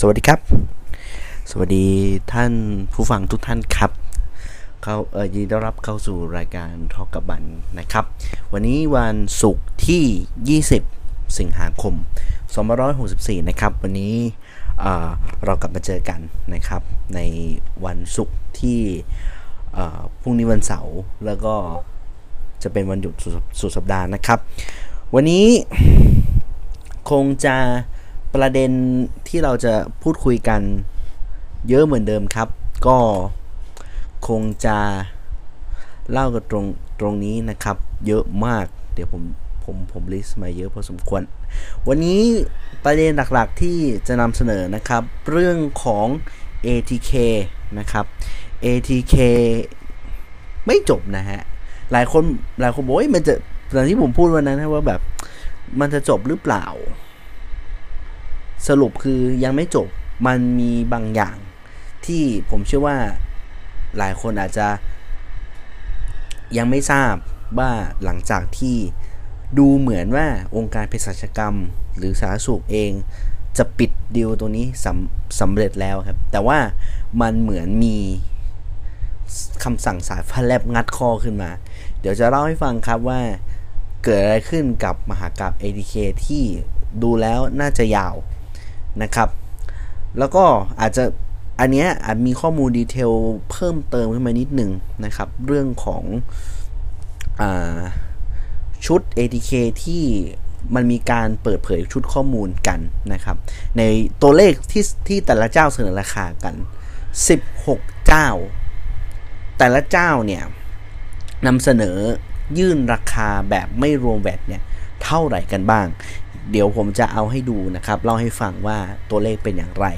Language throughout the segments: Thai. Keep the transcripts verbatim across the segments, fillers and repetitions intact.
วัสดีครับสวัสดีท่านผู้ฟังทุกท่านครับเข้าเอ่อยินดีต้อนรับเข้าสู่รายการทอล์กกับบันนะครับวันนี้วันศุกร์ที่ยี่สิบสิงหาคมสองพันห้าร้อยหกสิบสี่นะครับวันนี้เอ่อเรากลับมาเจอกันนะครับในวันศุกร์ที่เอ่อพรุ่งนี้วันเสาร์แล้วก็จะเป็นวันหยุดสุดสัปดาห์นะครับวันนี้คงจะประเด็นที่เราจะพูดคุยกันเยอะเหมือนเดิมครับก็คงจะเล่ากันตรงตรงนี้นะครับเยอะมากเดี๋ยวผมผมผมลิสต์มาเยอะพอสมควรวันนี้ประเด็นหลักๆที่จะนำเสนอนะครับเรื่องของ เอ ที เค นะครับ เอ ที เค ไม่จบนะฮะหลายคนหลายคนบอกว่ามันจะตอนที่ผมพูดวันนั้นนะว่าแบบมันจะจบหรือเปล่าสรุปคือยังไม่จบมันมีบางอย่างที่ผมเชื่อว่าหลายคนอาจจะยังไม่ทราบว่าหลังจากที่ดูเหมือนว่าองค์การเภสัชกรรมหรือสาธารณสุขเองจะปิดดีลตัวนี้สำสำเร็จแล้วครับแต่ว่ามันเหมือนมีคำสั่งสายฟ้าแลบงัดคอขึ้นมาเดี๋ยวจะเล่าให้ฟังครับว่าเกิดอะไรขึ้นกับมหากาพย์ เอ ที เค ที่ดูแล้วน่าจะยาวนะครับแล้วก็อาจจะอันเนี้ยอาจมีข้อมูลดีเทลเพิ่มเติมขึ้นมานิดหนึ่งนะครับเรื่องของอ่าชุด เอ ที เค ที่มันมีการเปิดเผยชุดข้อมูลกันนะครับในตัวเลขที่ที่แต่ละเจ้าเสนอราคากันสิบหกเจ้าแต่ละเจ้าเนี่ยนำเสนอยื่นราคาแบบไม่รวมแวตเนี่ยเท่าไหร่กันบ้างเดี๋ยวผมจะเอาให้ดูนะครับเล่าให้ฟังว่าตัวเลขเป็นอย่างไร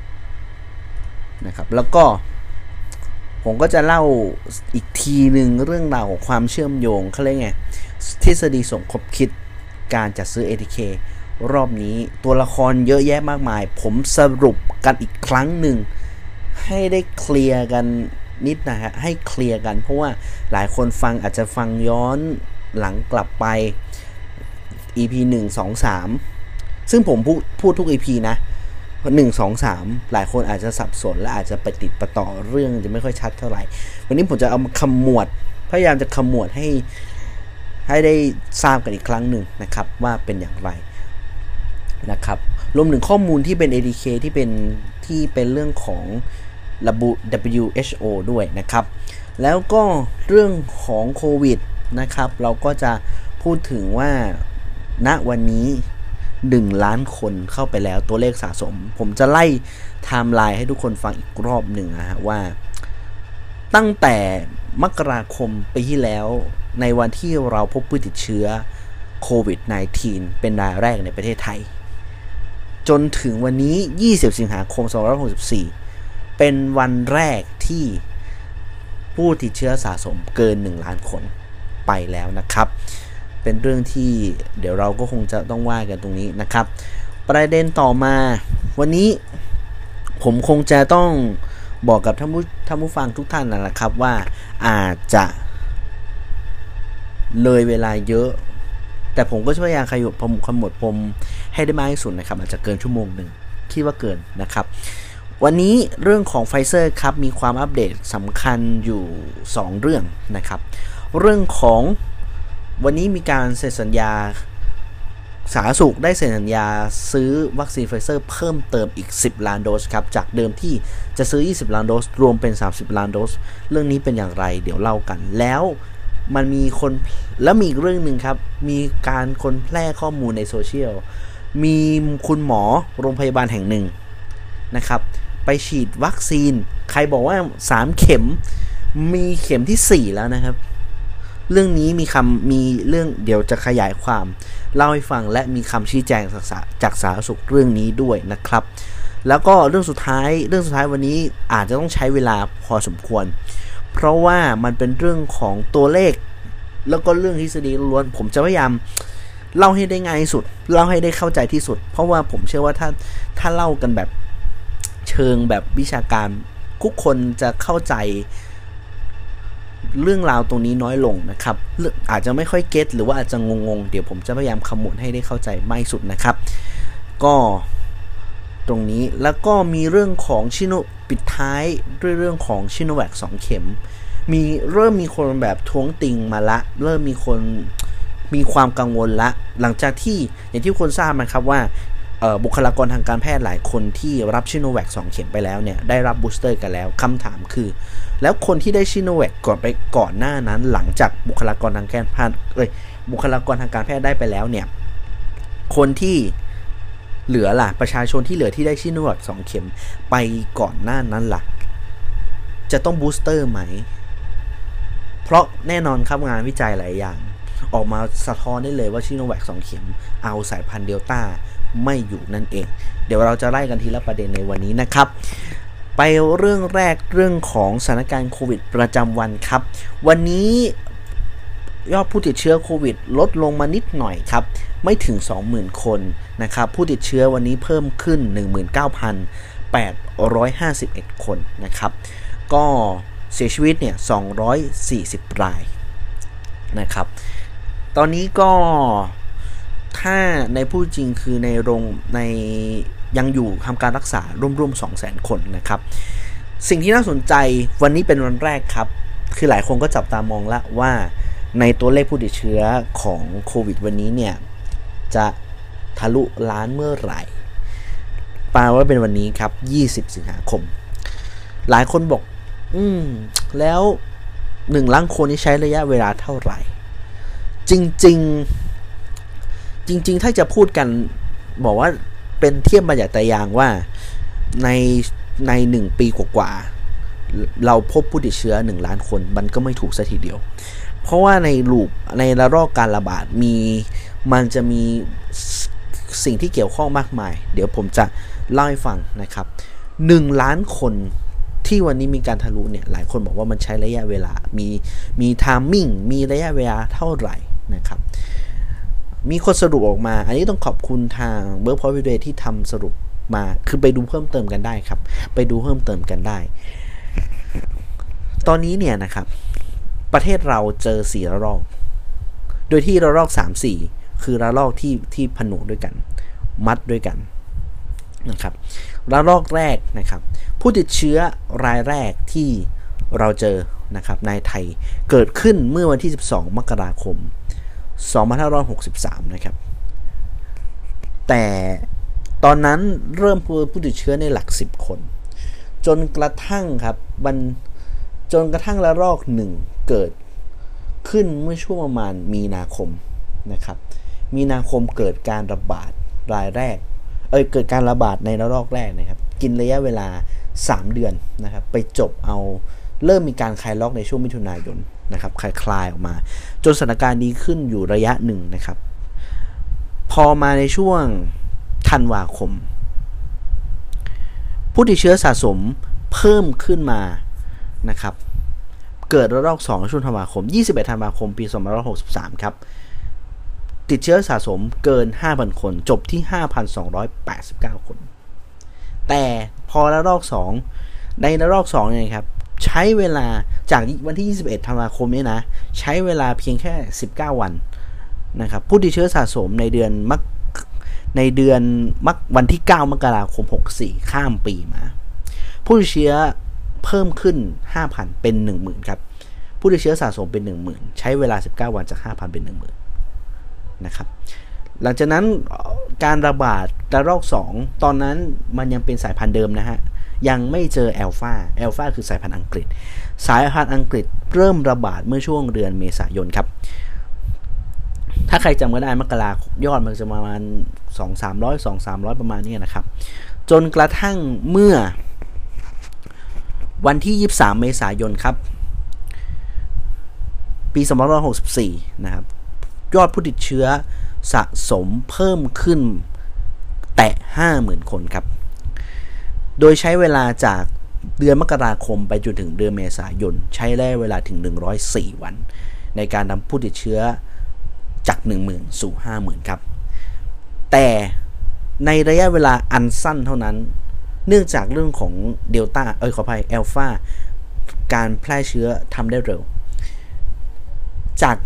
นะครับแล้วก็ผมก็จะเล่าอีกทีหนึ่งเรื่องราวของความเชื่อมโยงเขาเรียกไงทฤษฎีสมคบคิดการจัดซื้อ เอ ที เค รอบนี้ตัวละครเยอะแยะมากมายผมสรุปกันอีกครั้งหนึ่งให้ได้เคลียร์กันนิดนะฮะให้เคลียร์กันเพราะว่าหลายคนฟังอาจจะฟังย้อนหลังกลับไป อี พี หนึ่ง สอง สามซึ่งผมพูดพูดทุก อี พี นะหนึ่ง สอง สามหลายคนอาจจะสับสนและอาจจะไปติดประต่อเรื่องจะไม่ค่อยชัดเท่าไหร่วันนี้ผมจะเอามาขมวดพยายามจะขมวดให้ให้ได้ทราบกันอีกครั้งหนึ่งนะครับว่าเป็นอย่างไรนะครับรวมถึงข้อมูลที่เป็น เอ ที เค ที่เป็นที่เป็นเรื่องของระบุ ดับเบิลยู เอช โอ ด้วยนะครับแล้วก็เรื่องของโควิดนะครับเราก็จะพูดถึงว่าณวันนี้หนึ่งล้านคนเข้าไปแล้วตัวเลขสะสมผมจะไล่ไทม์ไลน์ให้ทุกคนฟังอีกรอบหนึ่งนะฮะว่าตั้งแต่มกราคมปีที่แล้วในวันที่เราพบผู้ติดเชื้อโควิด สิบเก้า เป็นรายแรกในประเทศไทยจนถึงวันนี้ยี่สิบสิงหาคมสองพันห้าร้อยหกสิบสี่เป็นวันแรกที่ผู้ติดเชื้อสะสมเกินหนึ่งล้านคนไปแล้วนะครับเป็นเรื่องที่เดี๋ยวเราก็คงจะต้องว่ากันตรงนี้นะครับประเด็นต่อมาวันนี้ผมคงจะต้องบอกกับท่านผู้ท่านผู้ฟังทุกท่านนะครับว่าอาจจะเลยเวลาเยอะแต่ผมก็จะพยายามขยับผมขมวดปมให้ได้มากที่สุดนะครับอาจจะเกินชั่วโมงหนึ่งคิดว่าเกินนะครับวันนี้เรื่องของ Pfizer ครับมีความอัปเดตสำคัญอยู่สองเรื่องนะครับเรื่องของวันนี้มีการเซ็นสัญญาสาธารณสุขได้เซ็นสัญญาซื้อวัคซีนไฟเซอร์เพิ่มเติมอีกสิบล้านโดสครับจากเดิมที่จะซื้อยี่สิบล้านโดสรวมเป็นสามสิบล้านโดสเรื่องนี้เป็นอย่างไรเดี๋ยวเล่ากันแล้วมันมีคนแล้วมีอีกเรื่องนึงครับมีการคนแพร่ข้อมูลในโซเชียลมีคุณหมอโรงพยาบาลแห่งหนึ่งนะครับไปฉีดวัคซีนใครบอกว่าสามเข็มมีเข็มที่สี่แล้วนะครับเรื่องนี้มีคำมีเรื่องเดี๋ยวจะขยายความเล่าให้ฟังและมีคำชี้แจงจากสาธารณสุขเรื่องนี้ด้วยนะครับแล้วก็เรื่องสุดท้ายเรื่องสุดท้ายวันนี้อาจจะต้องใช้เวลาพอสมควรเพราะว่ามันเป็นเรื่องของตัวเลขแล้วก็เรื่องทฤษฎีล้วนผมจะพยายามเล่าให้ได้ง่ายที่สุดเล่าให้ได้เข้าใจที่สุดเพราะว่าผมเชื่อว่าถ้าถ้าเล่ากันแบบเชิงแบบวิชาการทุกคนจะเข้าใจเรื่องราวตรงนี้น้อยลงนะครับอาจจะไม่ค่อยเก็ตหรือว่าอาจจะงงๆเดี๋ยวผมจะพยายามขมวดให้ได้เข้าใจมากที่สุดนะครับก็ตรงนี้แล้วก็มีเรื่องของชิโนปิดท้ายด้วยเรื่องของชิโนแวคสองเข็มมีเริ่มมีคนแบบท้วงติงมาละเริ่มมีคนมีความกังวลละหลังจากที่อย่างที่คนทราบนะครับว่าบุคลากรทางการแพทย์หลายคนที่รับชิโนแวคสองเข็มไปแล้วเนี่ยได้รับบูสเตอร์กันแล้วคำถามคือแล้วคนที่ได้ชิโนแวคก่อนไปก่อนหน้านั้นหลังจากบุคลากรทางการแพทย์เอ้ยบุคลากรทางการแพทย์ได้ไปแล้วเนี่ยคนที่เหลือล่ะประชาชนที่เหลือที่ได้ชิโนแวคสองเข็มไปก่อนหน้านั้นล่ะจะต้องบูสเตอร์ไหมเพราะแน่นอนครับงานวิจัยหลายอย่างออกมาสะท้อนได้เลยว่าชิโนแวคสองเข็มเอาสายพันธุ์เดลต้าไม่อยู่นั่นเองเดี๋ยวเราจะไล่กันทีละประเด็นในวันนี้นะครับไปเรื่องแรกเรื่องของสถานการณ์โควิดประจำวันครับวันนี้ยอดผู้ติดเชื้อโควิดลดลงมานิดหน่อยครับไม่ถึง สองหมื่น คนนะครับผู้ติดเชื้อวันนี้เพิ่มขึ้น หนึ่งหมื่นเก้าพันแปดร้อยห้าสิบเอ็ด คนนะครับก็เสียชีวิตเนี่ยสองร้อยสี่สิบรายนะครับตอนนี้ก็ถ้าในผู้จริงคือในโรงในยังอยู่ทำการรักษาร่วมๆ สองแสน คนนะครับสิ่งที่น่าสนใจวันนี้เป็นวันแรกครับคือหลายคนก็จับตามองละว่าในตัวเลขผู้ติดเชื้อของโควิดวันนี้เนี่ยจะทะลุล้านเมื่อไหร่แปลว่าเป็นวันนี้ครับยี่สิบสิงหาคมหลายคนบอกอืมแล้วหนึ่งล้านคนนี้ใช้ระยะเวลาเท่าไหร่จริงๆจริงๆถ้าจะพูดกันบอกว่าเป็นเทียบมาจากตายางว่าในในหนึ่งปีกว่าๆเราพบผู้ติดเชื้อหนึ่งล้านคนมันก็ไม่ถูกซะทีเดียวเพราะว่าในลูปในระลอกการระบาดมีมันจะมีสิ่งที่เกี่ยวข้องมากมายเดี๋ยวผมจะเล่าให้ฟังนะครับหนึ่งล้านคนที่วันนี้มีการทะลุเนี่ยหลายคนบอกว่ามันใช้ระยะเวลามีมีไทมิ่งมีระยะเวลาเท่าไหร่นะครับมีคนสรุปออกมาอันนี้ต้องขอบคุณทาง Workpoint Video ที่ทำสรุปมาคือไปดูเพิ่มเติมกันได้ครับไปดูเพิ่มเติมกันได้ตอนนี้เนี่ยนะครับประเทศเราเจอสี่ระลอกโดยที่ระลอกสาม สี่คือระลอกที่ที่ผนวกด้วยกันมัดด้วยกันนะครับระลอกแรกนะครับผู้ติดเชื้อรายแรกที่เราเจอนะครับในไทยเกิดขึ้นเมื่อวันที่สิบสองมกราคมสองพันห้าร้อยหกสิบสามนะครับแต่ตอนนั้นเริ่มผู้ติดเชื้อในหลักสิบคนจนกระทั่งครับมันจนกระทั่งระลอกหนึ่งเกิดขึ้นเมื่อช่วงประมาณมีนาคมนะครับมีนาคมเกิดการระบาดรายแรกเอ้ยเกิดการระบาดในระลอกแรกนะครับกินระยะเวลาสามเดือนนะครับไปจบเอาเริ่มมีการคลายล็อกในช่วงมิถุนายนนะครับคลายคลายออกมาจนสถานการณ์ดีขึ้นอยู่ระยะหนึ่งนะครับพอมาในช่วงธันวาคมผู้ติดเชื้อสะสมเพิ่มขึ้นมานะครับเกิดระลอกสองในช่วงธันวาคมยี่สิบเอ็ดธันวาคมปีสองพันห้าร้อยหกสิบสามครับติดเชื้อสะสมเกิน ห้าพัน คนจบที่ ห้าพันสองร้อยแปดสิบเก้า คนแต่พอระลอกสองในระลอกสองเนี่ยครับใช้เวลาจากวันที่ยี่สิบเอ็ดธันวาคมนี้นะใช้เวลาเพียงแค่สิบเก้าวันนะครับผู้ติดเชื้อสะสมในเดือนมกในเดือนมกวันที่เก้ามกราคมหกสิบสี่ข้ามปีมาผู้ติดเชื้อเพิ่มขึ้น ห้าพัน เป็น หนึ่งหมื่น ครับผู้ติดเชื้อสะสมเป็น หนึ่งหมื่น ใช้เวลาสิบเก้าวันจาก ห้าพัน เป็น หนึ่งหมื่น นะครับหลังจากนั้นการระบาดระลอกสองตอนนั้นมันยังเป็นสายพันธุ์เดิมนะฮะยังไม่เจอแอลฟาแอลฟาคือสายพันธุ์อังกฤษสายพันธุ์อังกฤษเริ่มระบาดเมื่อช่วงเดือนเมษายนครับถ้าใครจำกันได้มกรายอดมันจะประมาณ สองถึงสามร้อย สองถึงสามร้อย ประมาณนี้นะครับจนกระทั่งเมื่อวันที่ยี่สิบสามเมษายนครับปีสองพันห้าร้อยหกสิบสี่นะครับยอดผู้ติดเชื้อสะสมเพิ่มขึ้นแตะ ห้าหมื่น คนครับโดยใช้เวลาจากเดือนมกราคมไปจนถึงเดือนเมษายนใช้ได้เวลาถึงหนึ่งร้อยสี่วันในการนำผู้ติดเชื้อจาก หนึ่งหมื่น สู่ ห้าหมื่น ครับแต่ในระยะเวลาอันสั้นเท่านั้นเนื่องจากเรื่องของเดลต้าเอ้ยขออภัยแอลฟาการแพร่เชื้อทำได้เร็วจาก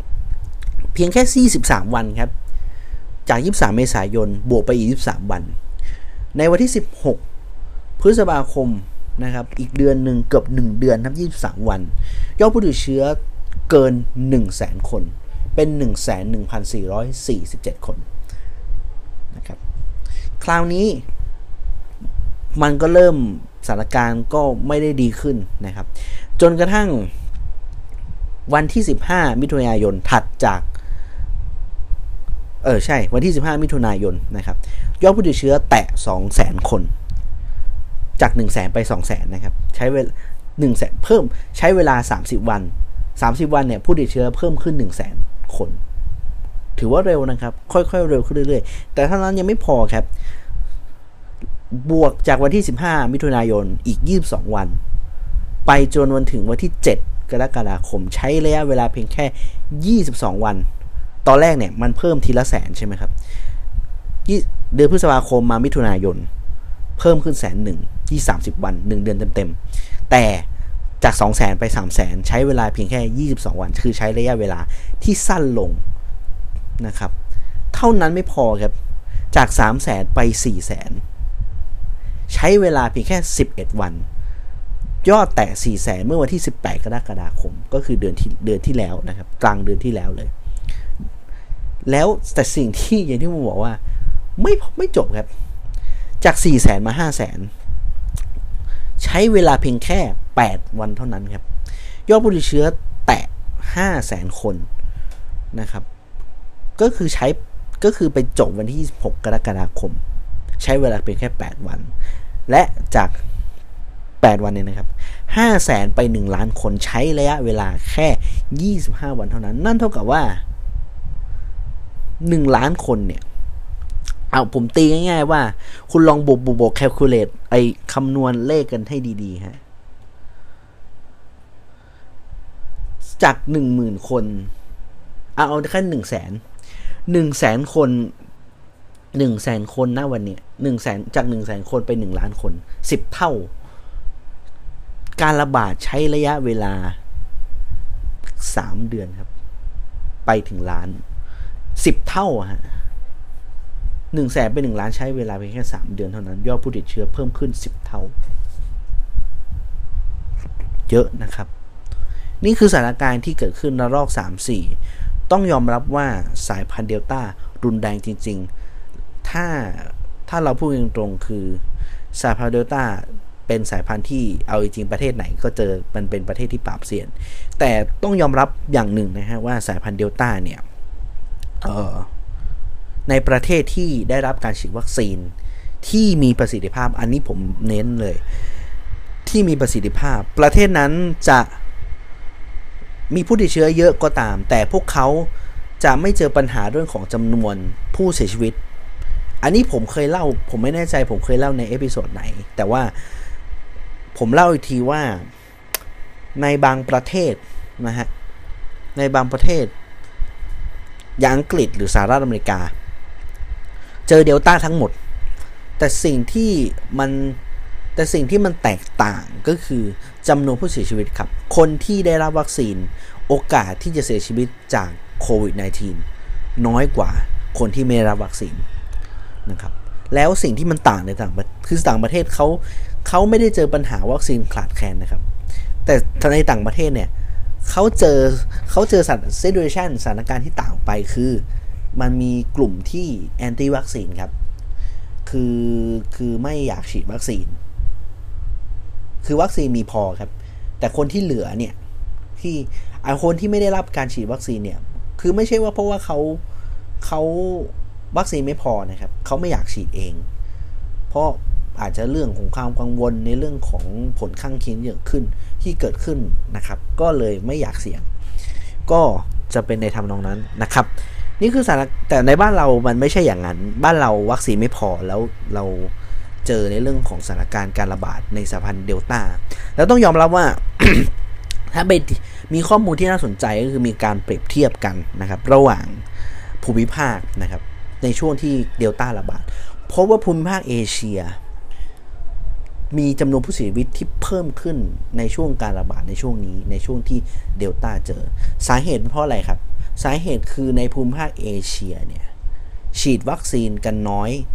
เพียงแค่ยี่สิบสามวันครับจากยี่สิบสามเมษายนบวกไปอีกยี่สิบสามวันในวันที่สิบหกพฤษภาคมนะครับอีกเดือนหนึ่งเกือบหนึ่งเดือนครับยี่สิบสามวันยอดผู้ติดเชื้อเกิน หนึ่งแสน คนเป็น หนึ่งแสนหนึ่งพันสี่ร้อยสี่สิบเจ็ด คนนะครับคราวนี้มันก็เริ่มสถานการณ์ก็ไม่ได้ดีขึ้นนะครับจนกระทั่งวันที่สิบห้ามิถุนายนถัดจากเออใช่วันที่สิบห้ามิถุนายนนะครับยอดผู้ติดเชื้อแตะ สองแสน คนจาก หนึ่งแสน ไป สองแสน นะครับใช้เวลา หนึ่งแสน เพิ่มใช้เวลาสามสิบวันสามสิบวันเนี่ยผู้ติดเชื้อเพิ่มขึ้น หนึ่งแสน คนถือว่าเร็วนะครับค่อยๆเร็วขึ้นเรื่อยๆแต่เท่านั้นยังไม่พอครับบวกจากวันที่สิบห้ามิถุนายนอีกยี่สิบสองวันไปจนวันถึงวันที่เจ็ดกรกฎาคมใช้ระยะเวลาเพียงแค่ยี่สิบสองวันตอนแรกเนี่ยมันเพิ่มทีละแสนใช่ไหมครับเดือนพฤษภาคมมามิถุนายนเพิ่มขึ้นแสนหนึ่งยี่สามสิบวันหนึ่งเดือนเต็มๆแต่จาก สองแสน ไป สามแสน ใช้เวลาเพียงแค่ยี่สิบสองวันคือใช้ระยะเวลาที่สั้นลงนะครับเท่านั้นไม่พอครับจาก สามแสน ไป สี่แสน ใช้เวลาเพียงแค่สิบเอ็ดวันยอดแตะ สี่แสน เมื่อวันที่สิบแปดกรกฎาคมก็คือเดือนที่เดือนที่แล้วนะครับกลางเดือนที่แล้วเลยแล้วแต่สิ่งที่อย่างที่ผมบอกว่าไม่ไม่จบครับจาก สี่แสน มา ห้าแสน ใช้เวลาเพียงแค่แปดวันเท่านั้นครับยอดผู้ติดเชื้อแตะ ห้าแสน คนนะครับก็คือใช้ก็คือไปจบวันที่ยี่สิบหกกรกฎาคมใช้เวลาเพียงแค่แปดวันและจากแปดวันเนี่ยนะครับ ห้าแสน ไปหนึ่งล้านคนใช้ระยะเวลาแค่ยี่สิบห้าวันเท่านั้นนั่นเท่ากับว่าหนึ่งล้านคนเนี่ยเอาผมตีง่ายๆว่าคุณลองบวกบวกแคลคูลเลตไอ้คำนวณเลขกันให้ดีๆฮะจาก หนึ่งหมื่น คนเอาเอาแค่ หนึ่งแสน หนึ่งแสน คน หนึ่งแสน คนณวันเนี้ย หนึ่งแสน จาก หนึ่งแสน คนไปหนึ่งล้านคนสิบเท่าการระบาดใช้ระยะเวลาสามเดือนครับไปถึงล้านสิบเท่าฮะหนึ่งแสนไปหนึ่งล้านใช้เวลาเพียงแค่สามเดือนเท่านั้นยอดผู้ติดเชื้อเพิ่มขึ้นสิบเท่าเยอะนะครับนี่คือสถานการณ์ที่เกิดขึ้นระลอก สามสี่ ต้องยอมรับว่าสายพันธุ์เดลต้ารุนแรงจริงๆถ้าถ้าเราพูดตรงๆคือสายพันธุ์เดลต้าเป็นสายพันธุ์ที่เอาจริงประเทศไหนก็เจอมันเป็นประเทศที่ปราบเซียนแต่ต้องยอมรับอย่างหนึ่งนะฮะว่าสายพันธุ์เดลต้าเนี่ยเอ่อในประเทศที่ได้รับการฉีดวัคซีนที่มีประสิทธิภาพอันนี้ผมเน้นเลยที่มีประสิทธิภาพประเทศนั้นจะมีผู้ติดเชื้อเยอะก็ตามแต่พวกเขาจะไม่เจอปัญหาเรื่องของจำนวนผู้เสียชีวิตอันนี้ผมเคยเล่าผมไม่แน่ใจผมเคยเล่าในเอพิโซดไหนแต่ว่าผมเล่าอีกทีว่าในบางประเทศนะฮะในบางประเทศอย่างอังกฤษหรือสหรัฐอเมริกาเจอเดลต้าทั้งหมดแต่สิ่งที่มันแต่สิ่งที่มันแตกต่างก็คือจำนวนผู้เสียชีวิตครับคนที่ได้รับวัคซีนโอกาสที่จะเสียชีวิตจากโควิด สิบเก้า น้อยกว่าคนที่ไม่ได้รับวัคซีนนะครับแล้วสิ่งที่มันต่างในต่างประเทศคือต่างประเทศเขาเขาไม่ได้เจอปัญหาวัคซีนขาดแคลนนะครับแต่ในต่างประเทศเนี่ยเขาเจอเขาเจอสถาน situation สถานการณ์ที่ต่างไปคือมันมีกลุ่มที่แอนตี้วัคซีนครับคือคือไม่อยากฉีดวัคซีนคือวัคซีนมีพอครับแต่คนที่เหลือเนี่ยที่เอาคนที่ไม่ได้รับการฉีดวัคซีนเนี่ยคือไม่ใช่ว่าเพราะว่าเขาเขาวัคซีนไม่พอนะครับเขาไม่อยากฉีดเองเพราะอาจจะเรื่องของความกังวลในเรื่องของผลข้างเคียงเยอะขึ้นที่เกิดขึ้นนะครับก็เลยไม่อยากเสี่ยงก็จะเป็นในทำนองนั้นนะครับนี่คือสถานแต่ในบ้านเรามันไม่ใช่อย่างนั้นบ้านเราวัคซีนไม่พอแล้วเราเจอในเรื่องของสถานการณ์การระบาดในสายพันธุ์เดลต้าแล้วต้องยอมรับว่า ถ้าไปมีข้อมูลที่น่าสนใจก็คือมีการเปรียบเทียบกันนะครับระหว่างภูมิภาคนะครับในช่วงที่เดลต้าระบาดพบว่าภูมิภาคเอเชียมีจำนวนผู้เสียชีวิตที่เพิ่มขึ้นในช่วงการระบาดในช่วงนี้ในช่วงที่เดลต้าเจอสาเหตุเพราะอะไรครับสาเหตุคือในภูมิภาคเอเชียเนี่ยฉีดวัคซีนกันน้อย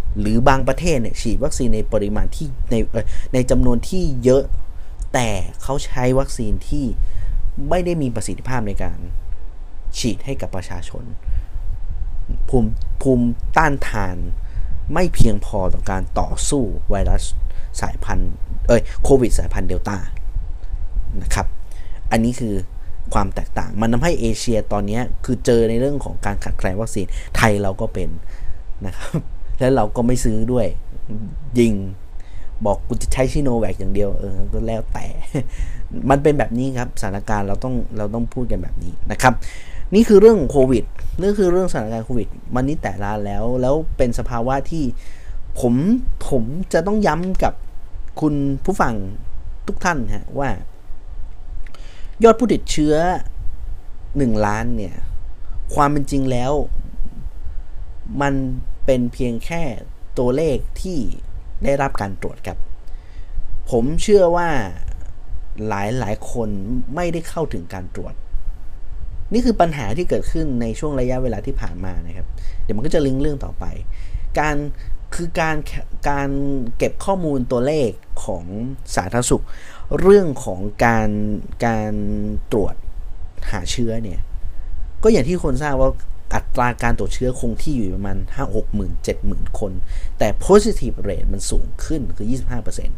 หรือบางประเทศเนี่ยฉีดวัคซีนในปริมาณที่ในในจำนวนที่เยอะแต่เขาใช้วัคซีนที่ไม่ได้มีประสิทธิภาพในการฉีดให้กับประชาชนภูมิภูมิต้านทานไม่เพียงพอต่อการต่อสู้ไวรัสสายพันธุ์เอ้ยโควิดสายพันธุ์เดลต้านะครับอันนี้คือความแตกต่างมันทำให้เอเชียตอนนี้คือเจอในเรื่องของการขาดแคลนวัคซีนไทยเราก็เป็นนะครับแล้วเราก็ไม่ซื้อด้วยยิงบอกกูจะใช้ชิโนแวคอย่างเดียวเออก็แล้วแต่มันเป็นแบบนี้ครับสถานการณ์เราต้องเราต้องพูดกันแบบนี้นะครับนี่คือเรื่องโควิดนี่คือเรื่องสถานการณ์โควิดมันนี้แต่ละแล้วแล้วเป็นสภาวะที่ผมผมจะต้องย้ำกับคุณผู้ฟังทุกท่านฮะว่ายอดผู้ติดเชื้อหนึ่งล้านเนี่ยความเป็นจริงแล้วมันเป็นเพียงแค่ตัวเลขที่ได้รับการตรวจครับผมเชื่อว่าหลายหลายคนไม่ได้เข้าถึงการตรวจนี่คือปัญหาที่เกิดขึ้นในช่วงระยะเวลาที่ผ่านมานะครับเดี๋ยวมันก็จะลิงก์เรื่องต่อไปการคือการการเก็บข้อมูลตัวเลขของสาธารณสุขเรื่องของการการตรวจหาเชื้อเนี่ยก็อย่างที่คนทราบว่าอัตราการตรวจเชื้อคงที่อยู่ประมาณ ห้าหกหมื่น เจ็ดหมื่น คนแต่ positive rate มันสูงขึ้นคือ ยี่สิบห้าเปอร์เซ็นต์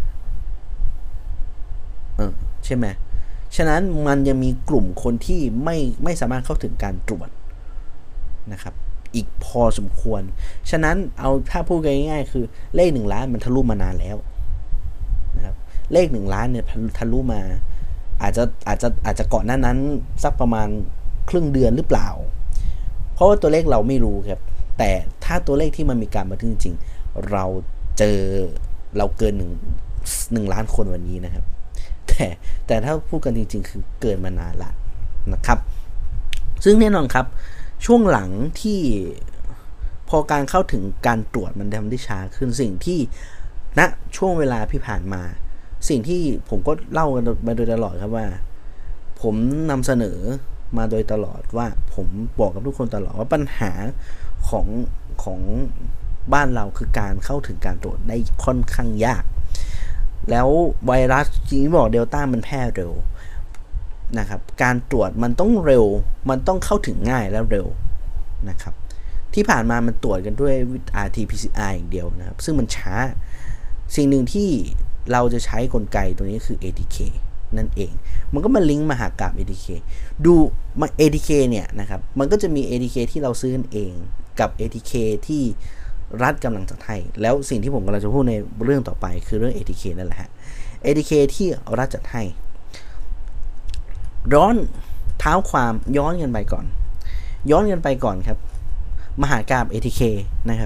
เออใช่ไหมฉะนั้นมันยังมีกลุ่มคนที่ไม่ไม่สามารถเข้าถึงการตรวจนะครับอีกพอสมควรฉะนั้นเอาถ้าพูดง่ายๆคือเลขหนึ่งล้านมันทะลุมานานแล้วนะครับเลขหนึ่งล้านเนี่ยทะลุมาอาจจะอาจจะอาจจะก่อนหน้านั้นสักประมาณครึ่งเดือนหรือเปล่าเพราะว่าตัวเลขเราไม่รู้ครับแต่ถ้าตัวเลขที่มันมีการบันทึกจริงๆเราเจอเราเกินหนึ่งหนึ่งล้านคนวันนี้นะครับแต่แต่ถ้าพูดกันจริงๆคือเกินมานานละนะครับซึ่งแน่นอนครับช่วงหลังที่พอการเข้าถึงการตรวจมันทำได้ช้าขึ้นสิ่งที่ณนะช่วงเวลาที่ผ่านมาสิ่งที่ผมก็เล่ากันมาโดยตลอดครับว่าผมนำเสนอมาโดยตลอดว่าผมบอกกับทุกคนตลอดว่าปัญหาของของบ้านเราคือการเข้าถึงการตรวจได้ค่อนข้างยากแล้วไวรัสจริงๆบอกเดลต้ามันแพร่เร็วนะครับการตรวจมันต้องเร็วมันต้องเข้าถึงง่ายและเร็วนะครับที่ผ่านมามันตรวจกันด้วย อาร์ ที พี ซี อาร์ อย่างเดียวนะครับซึ่งมันช้าสิ่งหนึ่งที่เราจะใช้กลไกตัวนี้คือ เอ ที เค นั่นเองมันก็มาลิงก์มาหากับ เอ ที เค ดูมา เอ ที เค เนี่ยนะครับมันก็จะมี เอ ที เค ที่เราซื้อกันเองกับ เอ ที เค ที่รัฐกำลังจัดให้แล้วสิ่งที่ผมกำลังจะพูดในเรื่องต่อไปคือเรื่อง เอ ที เค นั่นแหละฮะ เอ ที เค ที่รัฐจัดให้ร้อนเท้าความย้อนกันไปก่อนย้อนกันไปก่อนครับมหากาพย์ เอ ที เค นะครับ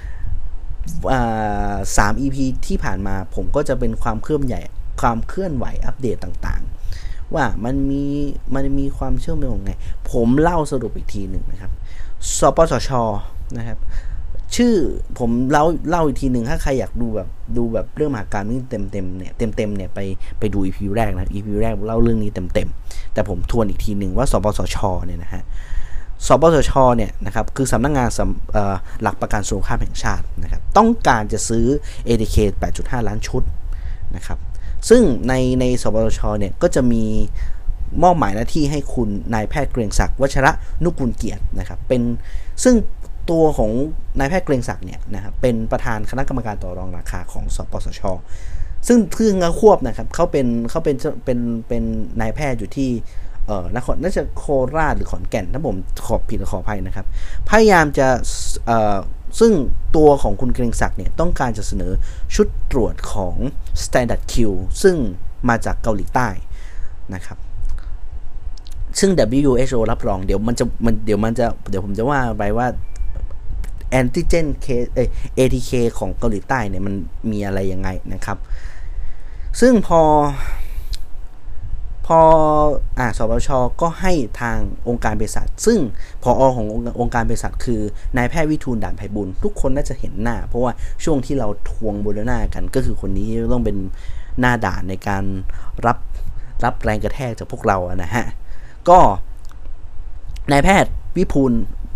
สาม อี พี ที่ผ่านมาผมก็จะเป็นความเคลื่อนใหญ่ความเคลื่อนไหวอัปเดตต่างๆว่ามันมีมันมีความเชื่อมโยงไงผมเล่าสรุปอีกทีหนึ่งนะครับสปสช.นะครับชื่อผมเล่าเล่าอีกทีหนึ่งถ้าใครอยากดูแบบดูแบบเรื่องมหาการนี้เต็มเต็มเนี่ยเต็มเต็มเนี่ยไปไปดู อี พี แรกนะ อี พี แรกเล่าเรื่องนี้เต็มเต็มแต่ผมทวนอีกทีหนึ่งว่าสปสช.เนี่ยนะฮะสปสช.เนี่ยนะครับคือสำนักงานหลักประกันสุขภาพแห่งชาตินะครับต้องการจะซื้อ เอ ที เค แปดจุดห้า ล้านชุดนะครับซึ่งในในสปสช.เนี่ยก็จะมีมอบหมายหน้าที่ให้คุณนายแพทย์เกรียงศักดิ์วชระนุกูลเกียรตินะครับเป็นซึ่งตัวของนายแพทย์เกรียงศักดิ์เนี่ยนะครับเป็นประธานคณะกรรมการต่อรองราคาของสปสช.ซึ่งคืองาควบนะครับเขาเป็นเขาเป็นเป็นเป็นนายแพทย์อยู่ที่เอ่อนครน่าจะโคราชหรือขอนแก่นถ้าผมขอผิดขออภัยนะครับพยายามจะเอ่อซึ่งตัวของคุณเกรียงศักดิ์เนี่ยต้องการจะเสนอชุดตรวจของ Standard Q ซึ่งมาจากเกาหลีใต้นะครับซึ่ง ดับเบิลยู เอช โอ รับรองเดี๋ยวมันจะมันเดี๋ยวมันจะเดี๋ยวผมจะว่าไปว่าแอนติเจนเคเอ เอ ที เค ของเกาหลีใต้เนี่ยมันมีอะไรยังไงนะครับซึ่งพอพออ่าสปสช.ก็ให้ทางองค์การเภสัชซึ่งผอ.ขององค์การเภสัชคือนายแพทย์วิทูลด่านไพบูลย์ทุกคนน่าจะเห็นหน้าเพราะว่าช่วงที่เราทวงบูรณากันก็คือคนนี้ต้องเป็นหน้าด่านในการรับรับแรงกระแทกจากพวกเราอะนะฮะก็นายแพทย์วิทูล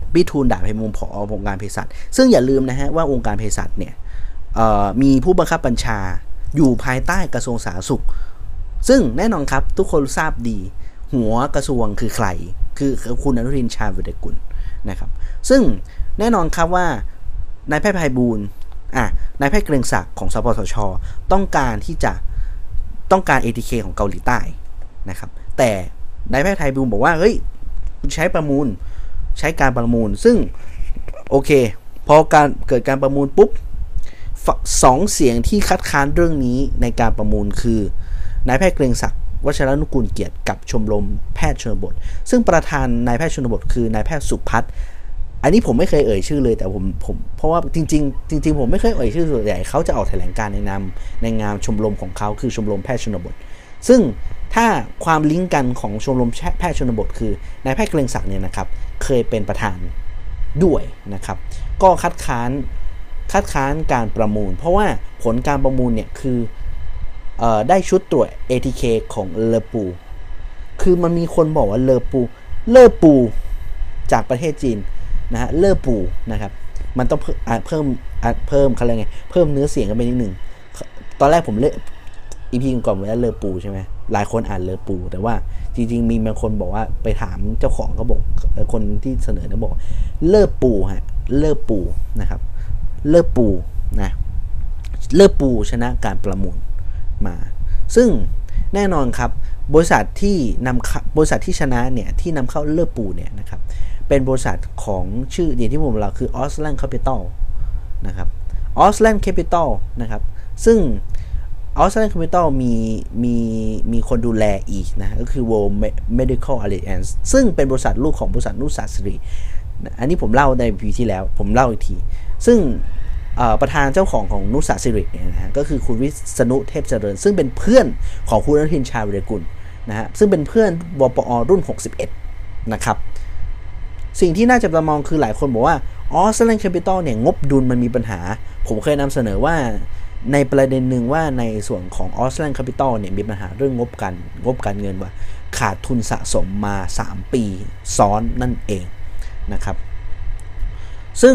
พี่ทูลด่าไพบูลย์ผอองค์การเภสัชซึ่งอย่าลืมนะฮะว่าองค์การเภสัชเนี่ยมีผู้บังคับบัญชาอยู่ภายใต้กระทรวงสาธารณสุขซึ่งแน่นอนครับทุกคนทราบดีหัวกระทรวงคือใครคือคุณอนุทินชาญวิรกุลนะครับซึ่งแน่นอนครับว่านายแพทย์ไพบูลย์อ่ะนายแพทย์เกรียงศักดิ์ของสปสช.ต้องการที่จะต้องการ เอ ที เค ของเกาหลีใต้นะครับแต่นายแพทย์ไพบูลย์บอกว่าเฮ้ยใช้ประมูลใช้การประมูลซึ่งโอเคพอการเกิดการประมูลปุ๊บสองเสียงที่คัดค้านเรื่องนี้ในการประมูลคือนายแพทย์เกรียงศักดิ์วชิรนุกูลเกียรติกับชมรมแพทย์ชนบทซึ่งประธานนายแพทย์ชนบทคือนายแพทย์สุพัฒน์อันนี้ผมไม่เคยเอ่ยชื่อเลยแต่ผมผมเพราะว่าจริงๆจริงๆผมไม่เคยเอ่ยชื่อส่วนใหญ่เขาจะออกแถลงการในนามในงามชมรมของเขาคือชมรมแพทย์ชนบทซึ่งถ้าความลิงก์กันของชมรมแพทย์ชนบทคือนายแพทย์เกรียงศักดิ์เนี่ยนะครับเคยเป็นประธานด้วยนะครับก็คัดค้านคัดค้านการประมูลเพราะว่าผลการประมูลเนี่ยคือเอ่อได้ชุดตรวจ เอ ที เค ของเลอปูคือมันมีคนบอกว่าเลอปูเลอปูจากประเทศจีนนะฮะเลอปูนะครับมันต้องเพิ่มเพิ่มเพิ่มเขาเรียกไงเพิ่มเนื้อเสียงกันไปนิดนึงตอนแรกผมเล่นอีพีก่อนว่าเลอปูใช่ไหมหลายคนอ่านเลอปูแต่ว่าจริงๆมีบางคนบอกว่าไปถามเจ้าของเขาบอกคนที่เสนอเนี่ยบอกเลอปูฮะเลอปูนะครับเลอปูนะเลอปูชนะการประมูลมาซึ่งแน่นอนครับบริษัทที่นำบริษัทที่ชนะเนี่ยที่นำเข้าเลอปูเนี่ยนะครับเป็นบริษัทของชื่ออย่างที่ผมเราคือ Auslan Capital นะครับ Auslan Capital นะครับซึ่ง Auslan Capital มีมีมีคนดูแลอีกนะก็คือ World Medical Alliance ซึ่งเป็นบริษัทลูกของบริษัทนุสาสิริอันนี้ผมเล่าใน อี พี ที่แล้วผมเล่าอีกทีซึ่งประธานเจ้าของของนุสาสิริเนี่ยนะฮะก็คือคุณวิษณุเทพเจริญซึ่งเป็นเพื่อนของคุณอนุทินชาญวิรกูลนะฮะซึ่งเป็นเพื่อนวปอรุ่นหกสิบเอ็ดนะครับสิ่งที่น่าจับตามองคือหลายคนบอกว่า Auslan Capital เนี่ยงบดุลมันมีปัญหาผมเคยนำเสนอว่าในประเด็นหนึ่งว่าในส่วนของ Auslan Capital เนี่ยมีปัญหาเรื่องงบการงบการเงินว่าขาดทุนสะสมมาสามปีซ้อนนั่นเองนะครับซึ่ง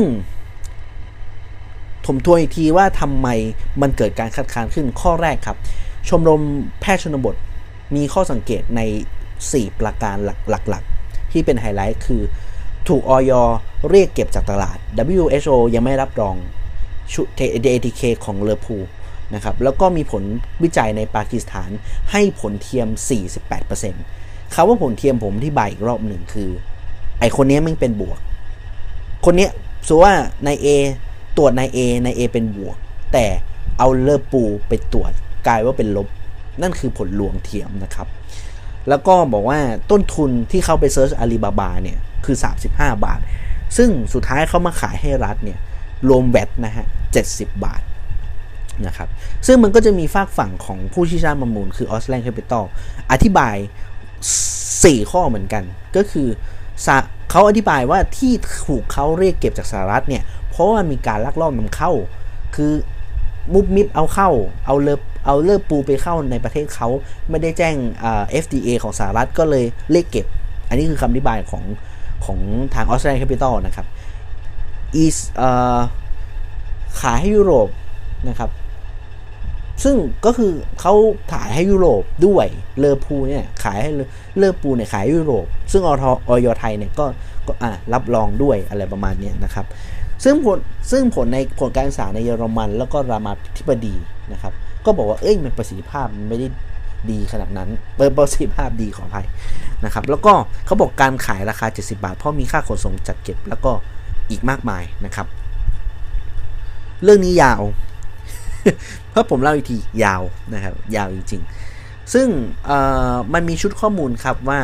ผมทวนอีกทีว่าทำไมมันเกิดการคัดค้านขึ้นข้อแรกครับชมรมแพทย์ชนบทมีข้อสังเกตในสี่ประการหลักๆที่เป็นไฮไลท์คือถูกอย.เรียกเก็บจากตลาด ดับเบิลยู เอช โอ ยังไม่รับรองชุด เอ ที เค ของเลอพูนะครับแล้วก็มีผลวิจัยในปากีสถานให้ผลเทียม สี่สิบแปดเปอร์เซ็นต์ คำว่าผลเทียมผมที่บายอีกรอบหนึ่งคือไอคนนี้มันเป็นบวกคนนี้สมมุติว่าใน A ตรวจใน A ใน A เป็นบวกแต่เอาเลอปูไปตรวจกลายว่าเป็นลบนั่นคือผลลวงเทียมนะครับแล้วก็บอกว่าต้นทุนที่เขาไปเซิร์ชอาลีบาบาเนี่ยคือสามสิบห้าบาทซึ่งสุดท้ายเขามาขายให้รัฐเนี่ยรวมแวตนะฮะเจ็ดสิบบาทนะครับซึ่งมันก็จะมีฝากฝั่งของผู้ชี้ชาญประมูลคือ Auslan Capital อธิบายสี่ข้อเหมือนกันก็คือเขาอธิบายว่าที่ถูกเขาเรียกเก็บจากสหรัฐเนี่ยเพราะว่ามีการลักลอบนำเข้าคือมุบมิบเอาเข้าเอาเลอเอาเลอปูไปเข้าในประเทศเขาไม่ได้แจ้งเอ่อ เอฟ ดี เอ ของสหรัฐก็เลยเรียกเก็บอันนี้คือคำอธิบายของของทาง Auslan Capital นะครับอีสเอ่อขายให้ยุโรปนะครับซึ่งก็คือเขาขายให้ยุโรปด้วยเลอปูเนี่ยขายให้เลอปูเนี่ยขายให้ยุโรปซึ่งออยไทยเนี่ยก็ก็อ่ะรับรองด้วยอะไรประมาณนี้นะครับซึ่งผลซึ่งผลในผลการศึกษาในเยอรมันแล้วก็รามาธิบดีนะครับก็บอกว่าเอ้ยมันประสิทธิภาพมันไม่ได้ดีขนาดนั้นเปิดประสิทธิภาพดีขออภัยนะครับแล้วก็เขาบอกการขายราคาเจ็ดสิบบาทเพราะมีค่าขนส่งจัดเก็บแล้วก็อีกมากมายนะครับเรื่องนี้ยาว เพราะผมเล่าอีกทียาวนะครับยาวจริงๆซึ่งมันมีชุดข้อมูลครับว่า